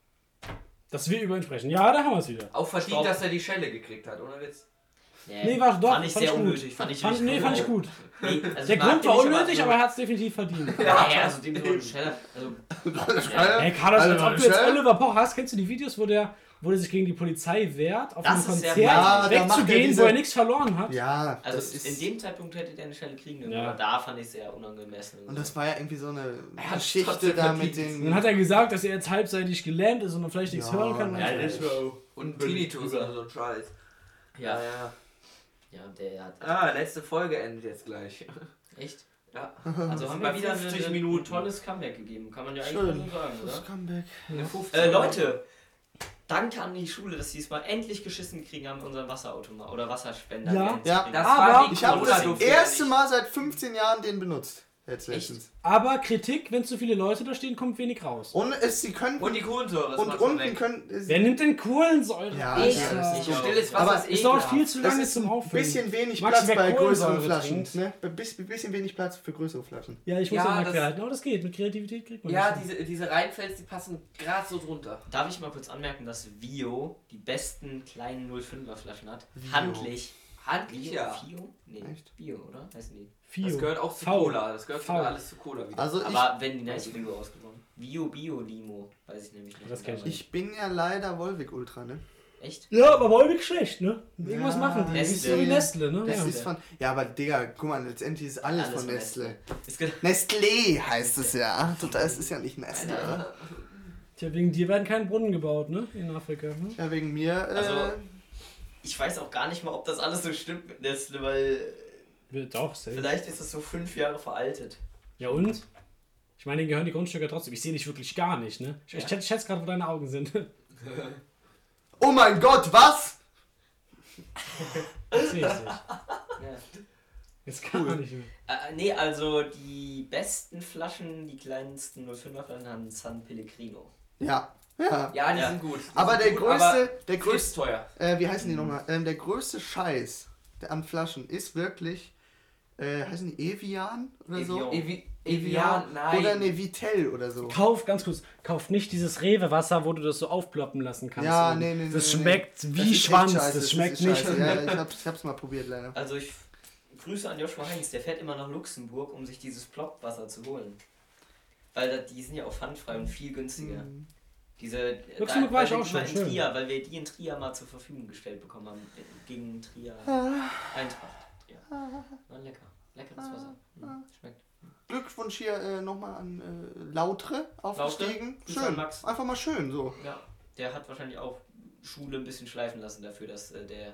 Dass wir über ihn sprechen. Ja, da haben wir es wieder. Auch verdient, Stopp. dass er die Schelle gekriegt hat, ohne Witz. Nee, war doch. Fand ich sehr gut. unnötig. Fand ich wirklich Nee, fand ich gut. Nee, also Der ich mag Grund den war nicht, unnötig, so- aber er hat es definitiv verdient. Ja, also dem so ein Scheller... Also, Hey, Carlos, Also, als ob du jetzt Michel? Oliver Pocher hast, kennst du die Videos, wo der sich gegen die Polizei wehrt, auf Das einem ist sehr Konzert Ja, da macht er wegzugehen, diese- wo er nichts verloren hat? Ja, also das ist... in dem Zeitpunkt hätte der eine Schelle kriegen können, Ja. aber da fand ich es sehr unangemessen. Und das war ja irgendwie so eine Er hat's Geschichte trotzdem da mit verdient. den... Und dann hat er gesagt, dass er jetzt halbseitig gelähmt ist und man vielleicht nichts Ja, hören kann. ja, das war auch... Und Tinnitus oder so ein Scheiß. Ja, ja. ja, der hat... Ah, letzte Folge endet jetzt gleich. Echt? Ja. Also haben wir wieder 50 ein Minuten. tolles Comeback gegeben, kann man ja eigentlich Schön. mal so sagen, Das oder? Comeback. Eine 50 Leute, danke an die Schule, dass sie es mal endlich geschissen gekriegen haben, unseren Wasserautomat oder Wasserspender. Ja, wieder ja, hinzukriegen. das Aber war die Ich habe das Corona-Dufte erste nicht. Mal seit 15 Jahren den benutzt. Jetzt letztens. Aber Kritik, wenn zu viele Leute da stehen, kommt wenig raus. Und sie können... Und die Kohlensäure ist Und manchmal unten weg. können... Wer nimmt denn Kohlensäure? Ja, Ich- ja, das ist ich- so. Stilles Aber Wasser ist Es dauert ekelhaft. viel zu Das lange ist zum ein Auffüllen. bisschen wenig Max, Platz wer bei größeren Kohlensäure Flaschen. trinkt. Ne? Bisschen wenig Platz für größere Flaschen. Ja, ich muss Ja, ja mal das- querhalten, aber das geht. Mit Kreativität kriegt man Ja, das hin. diese Rheinfels, die passen gerade so drunter. Darf ich mal kurz anmerken, dass Vio die besten kleinen 05er Flaschen hat? Vio. Handlich. Handlich, ja. Vio? Nee, Echt? Vio, oder? Heißen die? Fio. Das gehört auch zu V. Cola. Das gehört V. sogar alles zu Cola wieder. Also Aber wenn die nice Vio ausgewonnen. Vio Bio Limo. Weiß ich nämlich nicht. Das kenn ich ich bin ja leider Volvic Ultra, ne? Echt? Ja, aber Wolwig schlecht, ne? Irgendwas Ja, machen die. Nestle. Nicht so wie Nestle, ne? Das Ja. ist von... Ja, aber Digga, guck mal, letztendlich ist alles von Nestle. Ist ge- Nestlé heißt es ja. Das ist ja nicht Nestle, oder? Tja, wegen dir werden keine Brunnen gebaut, ne? In Afrika. Ne? Ja, wegen mir... Also- Ich weiß auch gar nicht mal, ob das alles so stimmt mit Nestle, weil Doch, safe. vielleicht ist es so 5 Jahre veraltet. Ja und? Ich meine, denen gehören die Grundstücke trotzdem. Ich sehe dich wirklich gar nicht, ne? Ich schätze gerade, wo deine Augen sind. Oh mein Gott, was? Ich sehe es nicht. Ja. Jetzt kann man nicht mehr. Nee, also die besten Flaschen, die kleinsten 05er Flaschen haben San Pellegrino. Ja, ja. Ja, die Ja. sind gut. Die Aber sind der gut, größte, aber der ist größte, teuer. wie heißen die nochmal? Der größte Scheiß an Flaschen ist wirklich, heißen die Evian oder so? Evian. Evian, nein. Oder ne Vitell oder so. Ganz kurz, kauf nicht dieses Rewe-Wasser, wo du das so aufploppen lassen kannst. Ja, Und nee. Das nee. schmeckt Das wie ist echt Schwanz, scheiße, das schmeckt ist nicht. scheiße. Ja, ich hab's mal probiert leider. Also ich Grüße an Joshua Heinz, der fährt immer nach Luxemburg, um sich dieses Plopwasser zu holen. Weil die sind ja auch pfandfrei und viel günstiger. Mhm. Diese, Luxemburg war ich weil auch wir schon, mal in schön. Trier, weil wir die in Trier mal zur Verfügung gestellt bekommen haben. Gegen Trier Eintracht. Ja. War lecker. Leckeres Wasser. Schmeckt. Glückwunsch hier nochmal an Lautre aufgestiegen. Grüße an Schön, Max. einfach mal schön so. Ja. Der hat wahrscheinlich auch Schule ein bisschen schleifen lassen dafür, dass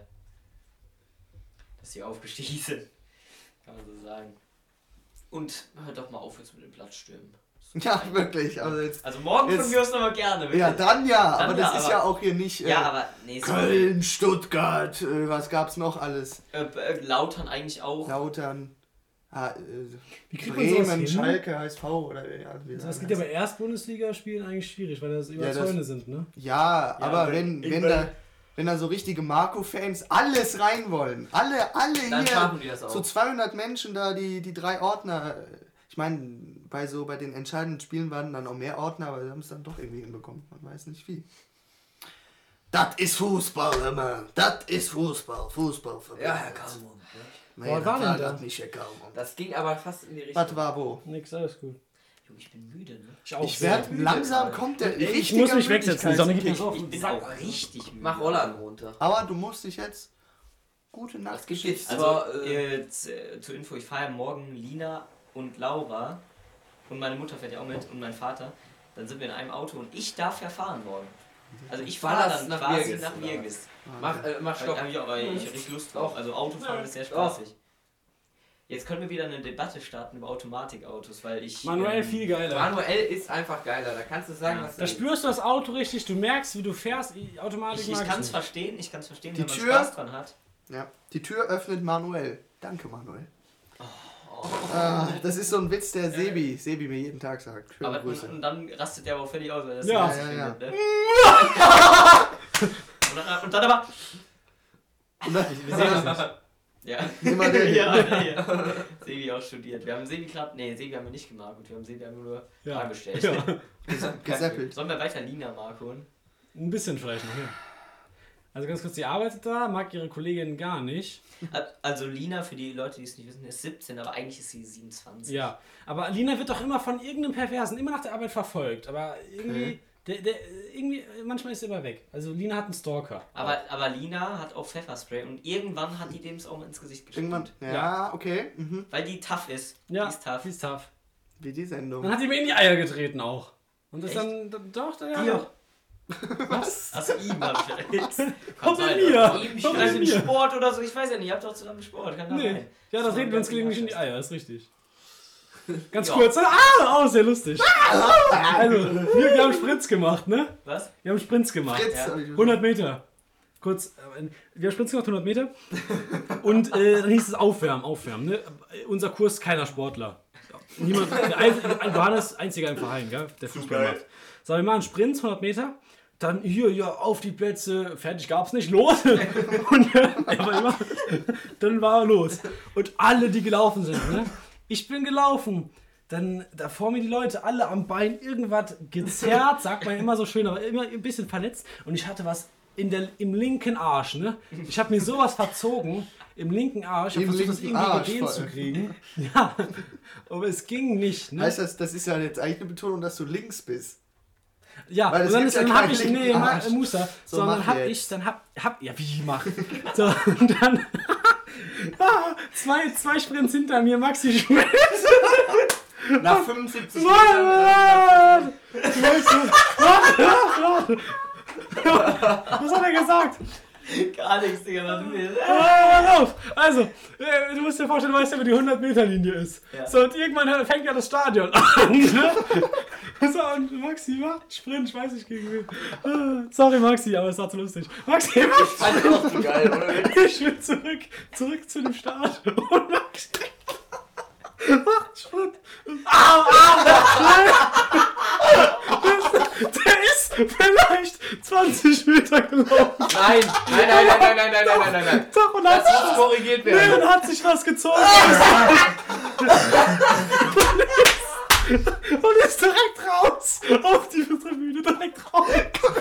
sie aufgestiegen sind. Kann man so sagen. Und hört doch mal auf jetzt mit dem Platzstürmen. Ja, wirklich. Also, jetzt, Also morgen von Jetzt- mir aus nochmal gerne. Wirklich. ja, dann ja, Dann aber das ja, ist aber- ja auch hier nicht Ja, aber nee, so Köln, Stuttgart, was gab's noch alles? Lautern eigentlich auch. Lautern, Wie kriegt man sowas Bremen, hin? Schalke, HSV oder wie Das geht ja bei Erst-Bundesliga-Spielen eigentlich schwierig, weil das über Ja, das- Zäune sind, ne? Ja, aber aber wenn da so richtige Marco-Fans alles rein wollen, alle Dann hier, schaffen die das auch. so 200 Menschen da, die 3 Ordner, ich meine, bei den entscheidenden Spielen waren dann auch mehr Ordner, aber sie haben es dann doch irgendwie hinbekommen, man weiß nicht wie. Das ist Fußball, immer. Das ist Fußball verbindet. Ja, Herr Kalmund. Nee, Was das war denn war da? das nicht, Herr Kalmund. Das ging aber fast in die Richtung. Was war wo? Nix, alles gut. Jo, ich bin müde, ne? auch Ich sehr. werde langsam kommt der Ich richtige muss mich wegsetzen, die Sonne geht mir Müdigkeitskick. so auf Ich den bin Sack. auch richtig müde. Mach Rollern runter. Aber du musst dich jetzt gute Nacht. Das gibt jetzt Also, zwar, zur Info, ich fahre ja morgen Lina und Laura und meine Mutter fährt ja auch mit und mein Vater. Dann sind wir in einem Auto und ich darf ja fahren morgen. Also ich fahre Ballerst dann nach quasi Virgis, nach oder Virgis. Mach Stopp. Da habe ich auch richtig Lust drauf. Also Autofahren ist sehr spaßig. Jetzt können wir wieder eine Debatte starten über Automatikautos, weil ich... Manuell viel geiler. Manuell ist einfach geiler, da kannst du sagen, was du Da spürst du das Auto richtig, du merkst, wie du fährst, Automatik Ich mag kann es nicht. verstehen, Die wenn man Tür- Spaß dran hat. Ja. Die Tür öffnet manuell. Danke, Manuel. Oh. Das ist so ein Witz, der Sebi mir jeden Tag sagt. Schöne Aber Grüße. und dann rastet der aber völlig aus, weil das Ja. so lustig Ja. findet, ne? und dann aber... Und dann, Wir sehen uns nicht. Ja. Immer der hier. ja. Sebi auch studiert. Wir haben Sebi gerade... Nee, Sebi haben wir nicht gemarkert. Wir haben Sebi einfach nur dargestellt. Ja. Gesäppelt. Sollen wir weiter Lina Mark holen? Ein bisschen vielleicht noch, ja. Also ganz kurz, die arbeitet da, mag ihre Kollegin gar nicht. Also Lina, für die Leute, die es nicht wissen, ist 17, aber eigentlich ist sie 27. Ja, aber Lina wird doch immer von irgendeinem Perversen immer nach der Arbeit verfolgt. Aber irgendwie, irgendwie manchmal ist sie immer weg. Also Lina hat einen Stalker. Aber Lina hat auch Pfefferspray und irgendwann hat die dem es auch mal ins Gesicht geschmiert. Irgendwann. Ja, okay. Mhm. Weil die tough ist. Ja, Die ist tough. die ist tough. Wie die Sendung. Dann hat sie mir in die Eier getreten auch. Und das Echt? doch, Dir? doch. Was? Also ihm hab ich jetzt. Warum bei mir? Ihm Warum vielleicht bei im mir? Sport oder so, ich weiß ja nicht, ihr habt doch zusammen Sport, kann das Nee. sein. Ja, das So reden wir uns ganz gelegentlich in die genau. Eier, ist richtig. Ganz Ja. kurz. Sehr lustig. Also, wir haben Sprints gemacht, ne? Was? Wir haben Sprints gemacht. Fritz, Ja. hab ich 100 Meter. Kurz, wir haben Sprints gemacht, 100 Meter. Und dann hieß es Aufwärmen. Ne? Unser Kurs, keiner Sportler. Niemand, Johannes, einziger im Verein, gell, der Fußball macht. So, wir machen Sprints, 100 Meter. Dann hier, ja, auf die Plätze, fertig gab's nicht, los. Und dann war los. Und alle, die gelaufen sind, ne? Ich bin gelaufen. Dann da vor mir die Leute, alle am Bein, irgendwas gezerrt, sagt man immer so schön, aber immer ein bisschen verletzt. Und ich hatte was im linken Arsch, ne? Ich habe mir sowas verzogen im linken Arsch. Ich habe Im versucht, das linken irgendwie Arsch, gedehnt vor zu allem. kriegen. Ja, aber es ging nicht, ne? Heißt das ist ja jetzt eigentlich eine Betonung, dass du links bist. Ja, Weil und es dann, gibt ist, ja dann hab keinen ich, nee, linken Arsch. Musa, So, sondern mach hab jetzt. ich, dann ja, wie mach? So, und dann, zwei Sprints hinter mir, Maxi Schmidt. Nach 75 Mann! Was hat er gesagt? Gar nichts, Digga, was du willst. Pass auf! Also, du musst dir vorstellen, du weißt ja, wo die 100-Meter-Linie ist. Ja. So, und irgendwann fängt ja das Stadion an. Ne? So, und Maxi macht Sprint, ich weiß nicht gegen wen. Sorry, Maxi, aber es war zu lustig. Maxi macht fand ich auch so geil, oder? Ich will zurück zu dem Start. Und Maxi macht Sprint. Der ist vielleicht 20 Meter gelaufen. Nein. Doch, und Das muss korrigiert nee, werden. und hat sich was gezogen. Und ist direkt raus. Auf die Tribüne, direkt raus.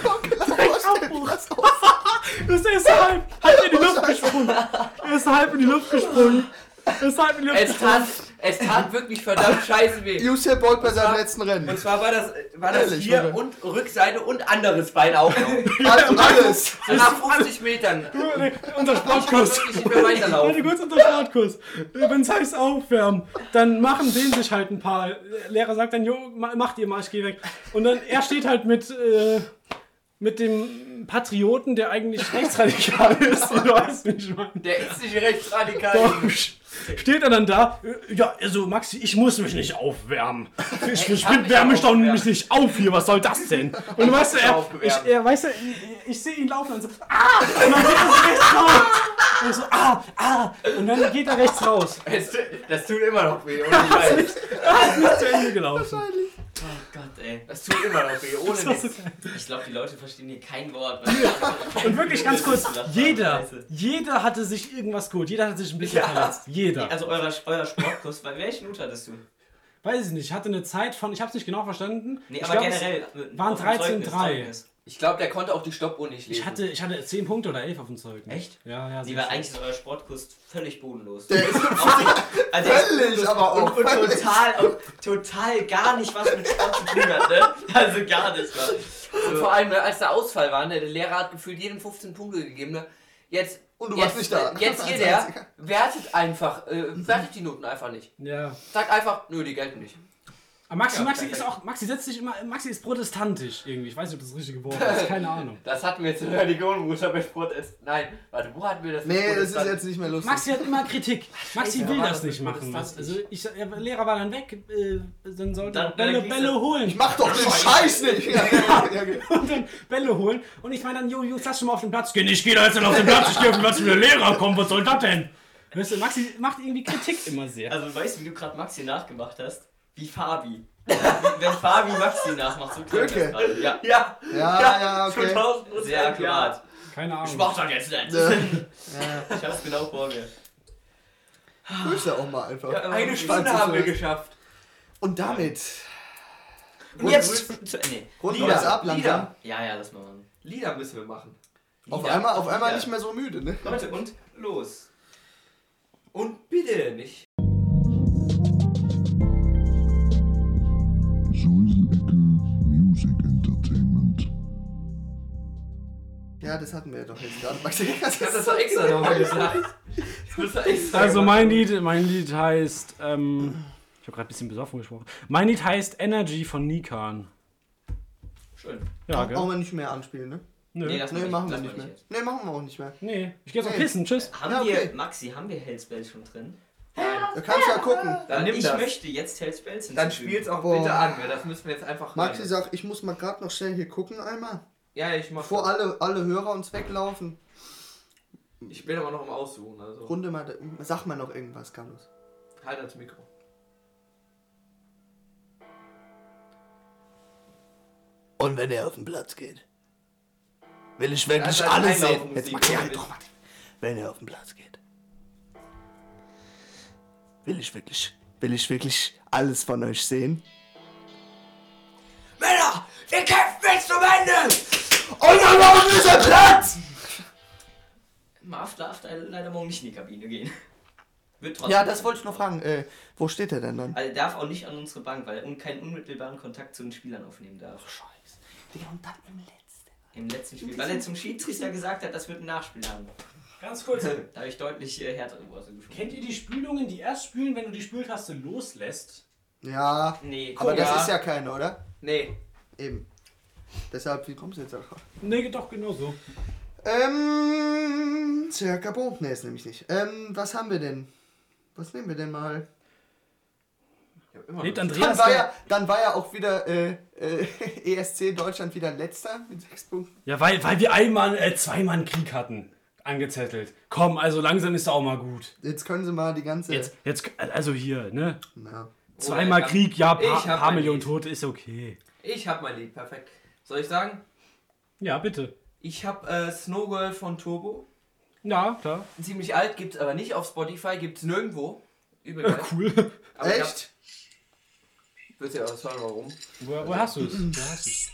Das ist halb in die Luft gesprungen. Er ist halb in die Luft gesprungen. Es tat wirklich verdammt scheiße weh. Usain Bolt bei seinem zwar- letzten Rennen. Und zwar war das Ehrlich, hier oder? und Rückseite und anderes Bein auch noch. Alles. So nach 50 Metern. Unser Sportkurs. Wirklich nicht mehr weiterlaufen. Warte kurz, unser Sportkurs. Wenn es heißt aufwärmen, dann machen den sich halt ein paar. Lehrer sagt dann, jo, macht ihr mal, ich geh weg. Und dann, er steht halt mit dem Patrioten, der eigentlich rechtsradikal ist. Du weißt, wie ich meine. Der ist nicht rechtsradikal. Doch, steht er dann da, ja, also Maxi, ich muss mich nicht aufwärmen. Ich hab mich wärme mich doch aufgewärmt. nämlich nicht auf hier, was soll das denn? Und du weißt, aufgewärmt. ich sehe ihn laufen und so, und dann geht er rechts raus. Und so, und dann geht er rechts raus. Das tut immer noch weh, ohne Scheiß. Nicht zu Ende gelaufen. Oh Gott, ey. Das tut immer noch weh, ohne nichts. Ich glaube, die Leute verstehen hier kein Wort. Und wirklich ganz kurz, jeder hatte sich irgendwas gut, jeder hatte sich ein bisschen verletzt. Jeder. Also euer Sportkurs, bei welchen Note hattest du? Weiß ich nicht, ich hatte eine Zeit von, ich habe es nicht genau verstanden. Nee, ich aber glaub, generell. waren auf dem 13,3. Ich glaube, der konnte auch die Stoppuhr nicht lesen. Ich hatte 10 Punkte oder 11 auf dem Zeugnis. Echt? Ja, Nee, weil eigentlich ist euer Sportkurs völlig bodenlos. Der ist Also völlig, aber auch und völlig. total gar nicht was mit Sport zu tun hat, ne? Also gar nicht was. Und vor allem, ne, als der Ausfall war, ne, der Lehrer hat gefühlt jedem 15 Punkte gegeben. Ne? Jetzt, Und du warst nicht da. Jetzt Als hier der Einziger. wertet die Noten einfach nicht. Ja. Sagt einfach, nö, die gelten nicht. Aber Maxi perfekt. ist auch, Maxi setzt sich immer, Maxi ist protestantisch irgendwie. Ich weiß nicht, ob das richtige Wort ist, keine Ahnung. Das hatten wir jetzt in der Religion, Bruder, mit Protest. Nein, warte, wo hatten wir das? mit Nee, das ist Protestant? jetzt nicht mehr lustig. Maxi hat immer Kritik. Maxi Scheiße, will war das das nicht mit machen. protestantisch? Der Lehrer war dann weg, dann sollte Dann- er Bälle, dann Bälle holen. Mach doch den Scheiß nicht! Ja, genau. Und dann Bälle holen. Und ich meine dann, Jungs, lass schon mal auf den Platz gehen. Ich gehe da jetzt nicht auf den Platz, ich gehe auf den Platz, wenn der Lehrer kommt. Was soll das denn? Weißt du, Maxi macht irgendwie Kritik immer sehr. Also weißt du, wie du gerade Maxi nachgemacht hast? Wie Fabi. Wenn Fabi Maxi nachmacht, so klingt das Göke. gerade. Ja, Ja, Ja, okay. 1000%, sehr akkurat. Keine Ahnung. Ich mach das jetzt nicht. Ja. Ich hab's genau vor mir. Grüße auch mal einfach. Ja, Eine Falls Stunde es haben so wir ist. geschafft. Und damit Und jetzt... Nee. runden wir das ab langsam. Lieder. Ja, lass mal machen. Lieder müssen wir machen. Auf Lieder. einmal Lieder. nicht mehr so müde, ne? Leute, und los. Und bitte nicht. Säuselecke Music Entertainment. Ja, das hatten wir doch jetzt gerade. Maxi, Ich hab das doch extra nochmal gesagt. Das war extra Also gemacht. mein Lied heißt, ich habe gerade ein bisschen besoffen gesprochen. Mein Lied heißt Energy von Nikan. Schön. Ja, auch gell? wir nicht mehr anspielen, ne? Nö. Nee, das Nee, mach machen wir das nicht mach mehr. ich jetzt. Nee, machen wir auch nicht mehr. Nee, ich geh jetzt auch Nee. pissen. Tschüss. Haben Ja, okay. wir, Maxi, haben wir Hellspells schon drin? Da kannst du ja gucken. Dann nimm ich das. möchte jetzt Hellspells Dann hinzufügen. spiel's auch Boah. bitte an. Das müssen wir jetzt einfach Maxi hören. sagt, ich muss mal gerade noch schnell hier gucken einmal. Ja, ich mach Bevor das. alle Hörer uns weglaufen. Ich bin aber noch im Aussuchen. Also Runde mal, sag mal noch irgendwas, Carlos. halt ans Mikro. Und wenn er auf den Platz geht, will ich Das wirklich ist alles sehen. Einlaufmusik, Jetzt Maxi, oder halt nicht? doch mal. Wenn er auf den Platz geht, will ich wirklich alles von euch sehen. Männer, wir kämpfen bis zum Ende! Und dann auf dieser Platz! Marv darf leider morgen nicht in die Kabine gehen. Wird trotzdem. Ja, das wollte ich noch fragen. Wo steht er denn dann? Also er darf auch nicht an unsere Bank, weil er keinen unmittelbaren Kontakt zu den Spielern aufnehmen darf. Scheiße. Digga, und dann im letzten. Im letzten Spiel. Weil er zum Schiedsrichter gesagt hat, das wird ein Nachspiel haben. Ganz kurz. Da habe ich deutlich härtere Worte gefunden. Kennt ihr die Spülungen, die erst spülen, wenn du die Spültaste loslässt? Ja, Nee, aber das ja. ist ja keine, oder? Nee. Eben. Deshalb, wie kommst du jetzt auch? Nee, doch, genau so. Circa Bo. Ne, ist nämlich nicht. Was haben wir denn? Was nehmen wir denn mal? Ich hab immer Lebt noch- Andreas Dann war ja auch wieder ESC Deutschland wieder letzter mit 6 Punkten. Ja, weil wir zweimal einen Krieg hatten. Angezettelt. Komm, also langsam ist auch mal gut. Jetzt können sie mal die ganze. Jetzt, also hier, ne? Na. Zweimal ich hab- Krieg, ja, ich hab paar mein Millionen Lied. Tote ist okay. Ich hab mein Lied, perfekt. Soll ich sagen? Ja, bitte. Ich hab Snowgirl von Turbo. Ja, klar. Ziemlich alt, gibt's aber nicht auf Spotify, gibt's nirgendwo. Übel geil. Cool. Aber Echt? Ich würde ja auch hören, warum. Wo hast du es? Wo hast du's?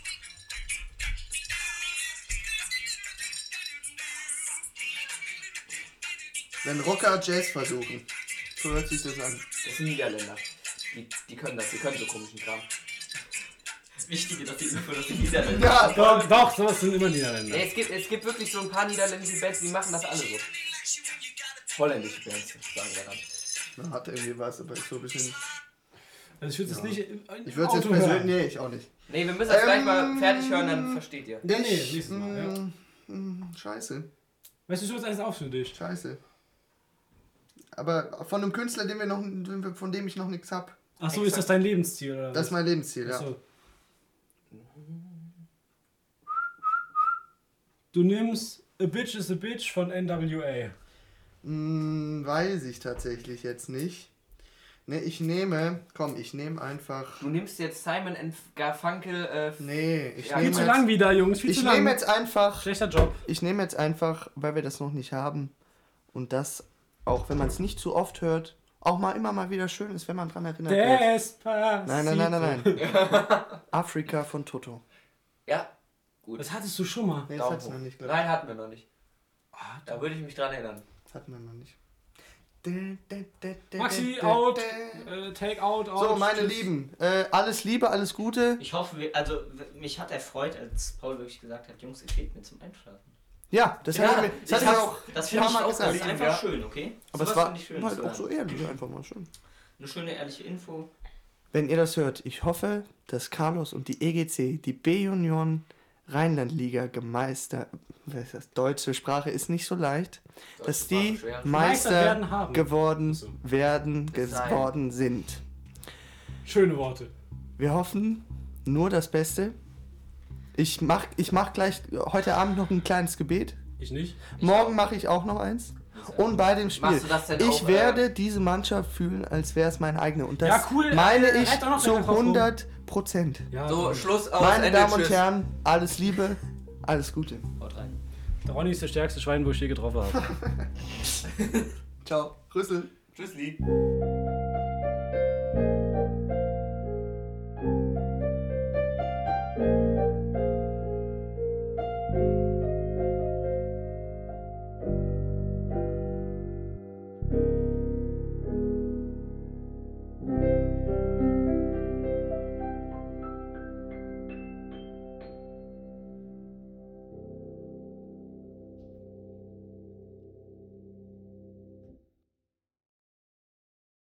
Wenn Rocker Jazz versuchen. So hört sich das an. Das sind Niederländer. Die können das, die können so komischen Kram. das Wichtige, dass die Info, dass die Niederländer. Ja, Doch, sowas sind immer Niederländer. Nee, es gibt wirklich so ein paar niederländische Bands, die machen das alle so. Holländische Bands, sagen wir dann. man hat irgendwie was, aber ist so ein bisschen. Also ich würde es nicht. Ich würde es jetzt persönlich. Nee, ich auch nicht. Nee, wir müssen das gleich mal fertig hören, dann versteht ihr. Nee, nächstes Mal, ja. Scheiße. Weißt du, ich eins auf für dich. Scheiße. Aber von einem Künstler, von dem ich noch nichts hab. Achso, ist das dein Lebensziel? Oder Das ist mein Lebensziel, ja. Achso. Du nimmst A Bitch is a Bitch von NWA. Weiß ich tatsächlich jetzt nicht. Ne, ich nehme einfach. Du nimmst jetzt Simon Garfunkel. Nee, ich Ja, Viel nehme zu jetzt, lang wieder, Jungs. Viel ich zu lang. nehme jetzt einfach. Schlechter Job. Ich nehme jetzt einfach, weil wir das noch nicht haben und das, auch wenn man es nicht zu oft hört, auch mal immer mal wieder schön ist, wenn man dran erinnert wird. Despacito. Nein. Afrika von Toto. Ja, gut. Das hattest du schon mal. Nee, das Daumen hat's hoch. noch nicht, glaube Nein, hatten wir noch nicht. Da würde ich mich dran erinnern. ich. Hatten wir noch nicht. Maxi, out. Take out. So, meine Tschüss. Lieben, alles Liebe, alles Gute. Ich hoffe, mich hat erfreut, als Paul wirklich gesagt hat, Jungs, ihr fehlt mir zum Einschlafen. Ja, das Ja, hat mir Das, das auch. das finde ich mal auch, gesagt. das ist einfach schön, okay? Aber es Sowas war finde ich schön halt zu auch so hören. ehrlich, einfach mal schön. Eine schöne, ehrliche Info. wenn ihr das hört, ich hoffe, dass Carlos und die EGC, die B-Union Rheinland-Liga deutsche Sprache ist nicht so leicht, dass die Sprache schwer. Meister geworden sind. Schöne Worte. Wir hoffen nur das Beste. Ich mach gleich heute Abend noch ein kleines Gebet. Ich nicht. Morgen mache ich auch noch eins. Und bei dem Spiel. Machst du das denn Ich auch, werde diese Mannschaft fühlen, als wäre es meine eigene. Und das Ja, cool, meine ich halt doch noch zu deinen Kopf rum. 100%. Ja, So, Schluss aus, Meine Ende, Damen und tschüss. Herren, alles Liebe, alles Gute. Haut rein. der Ronny ist der stärkste Schwein, wo ich je getroffen habe. Ciao. Rüssel. Tschüssli.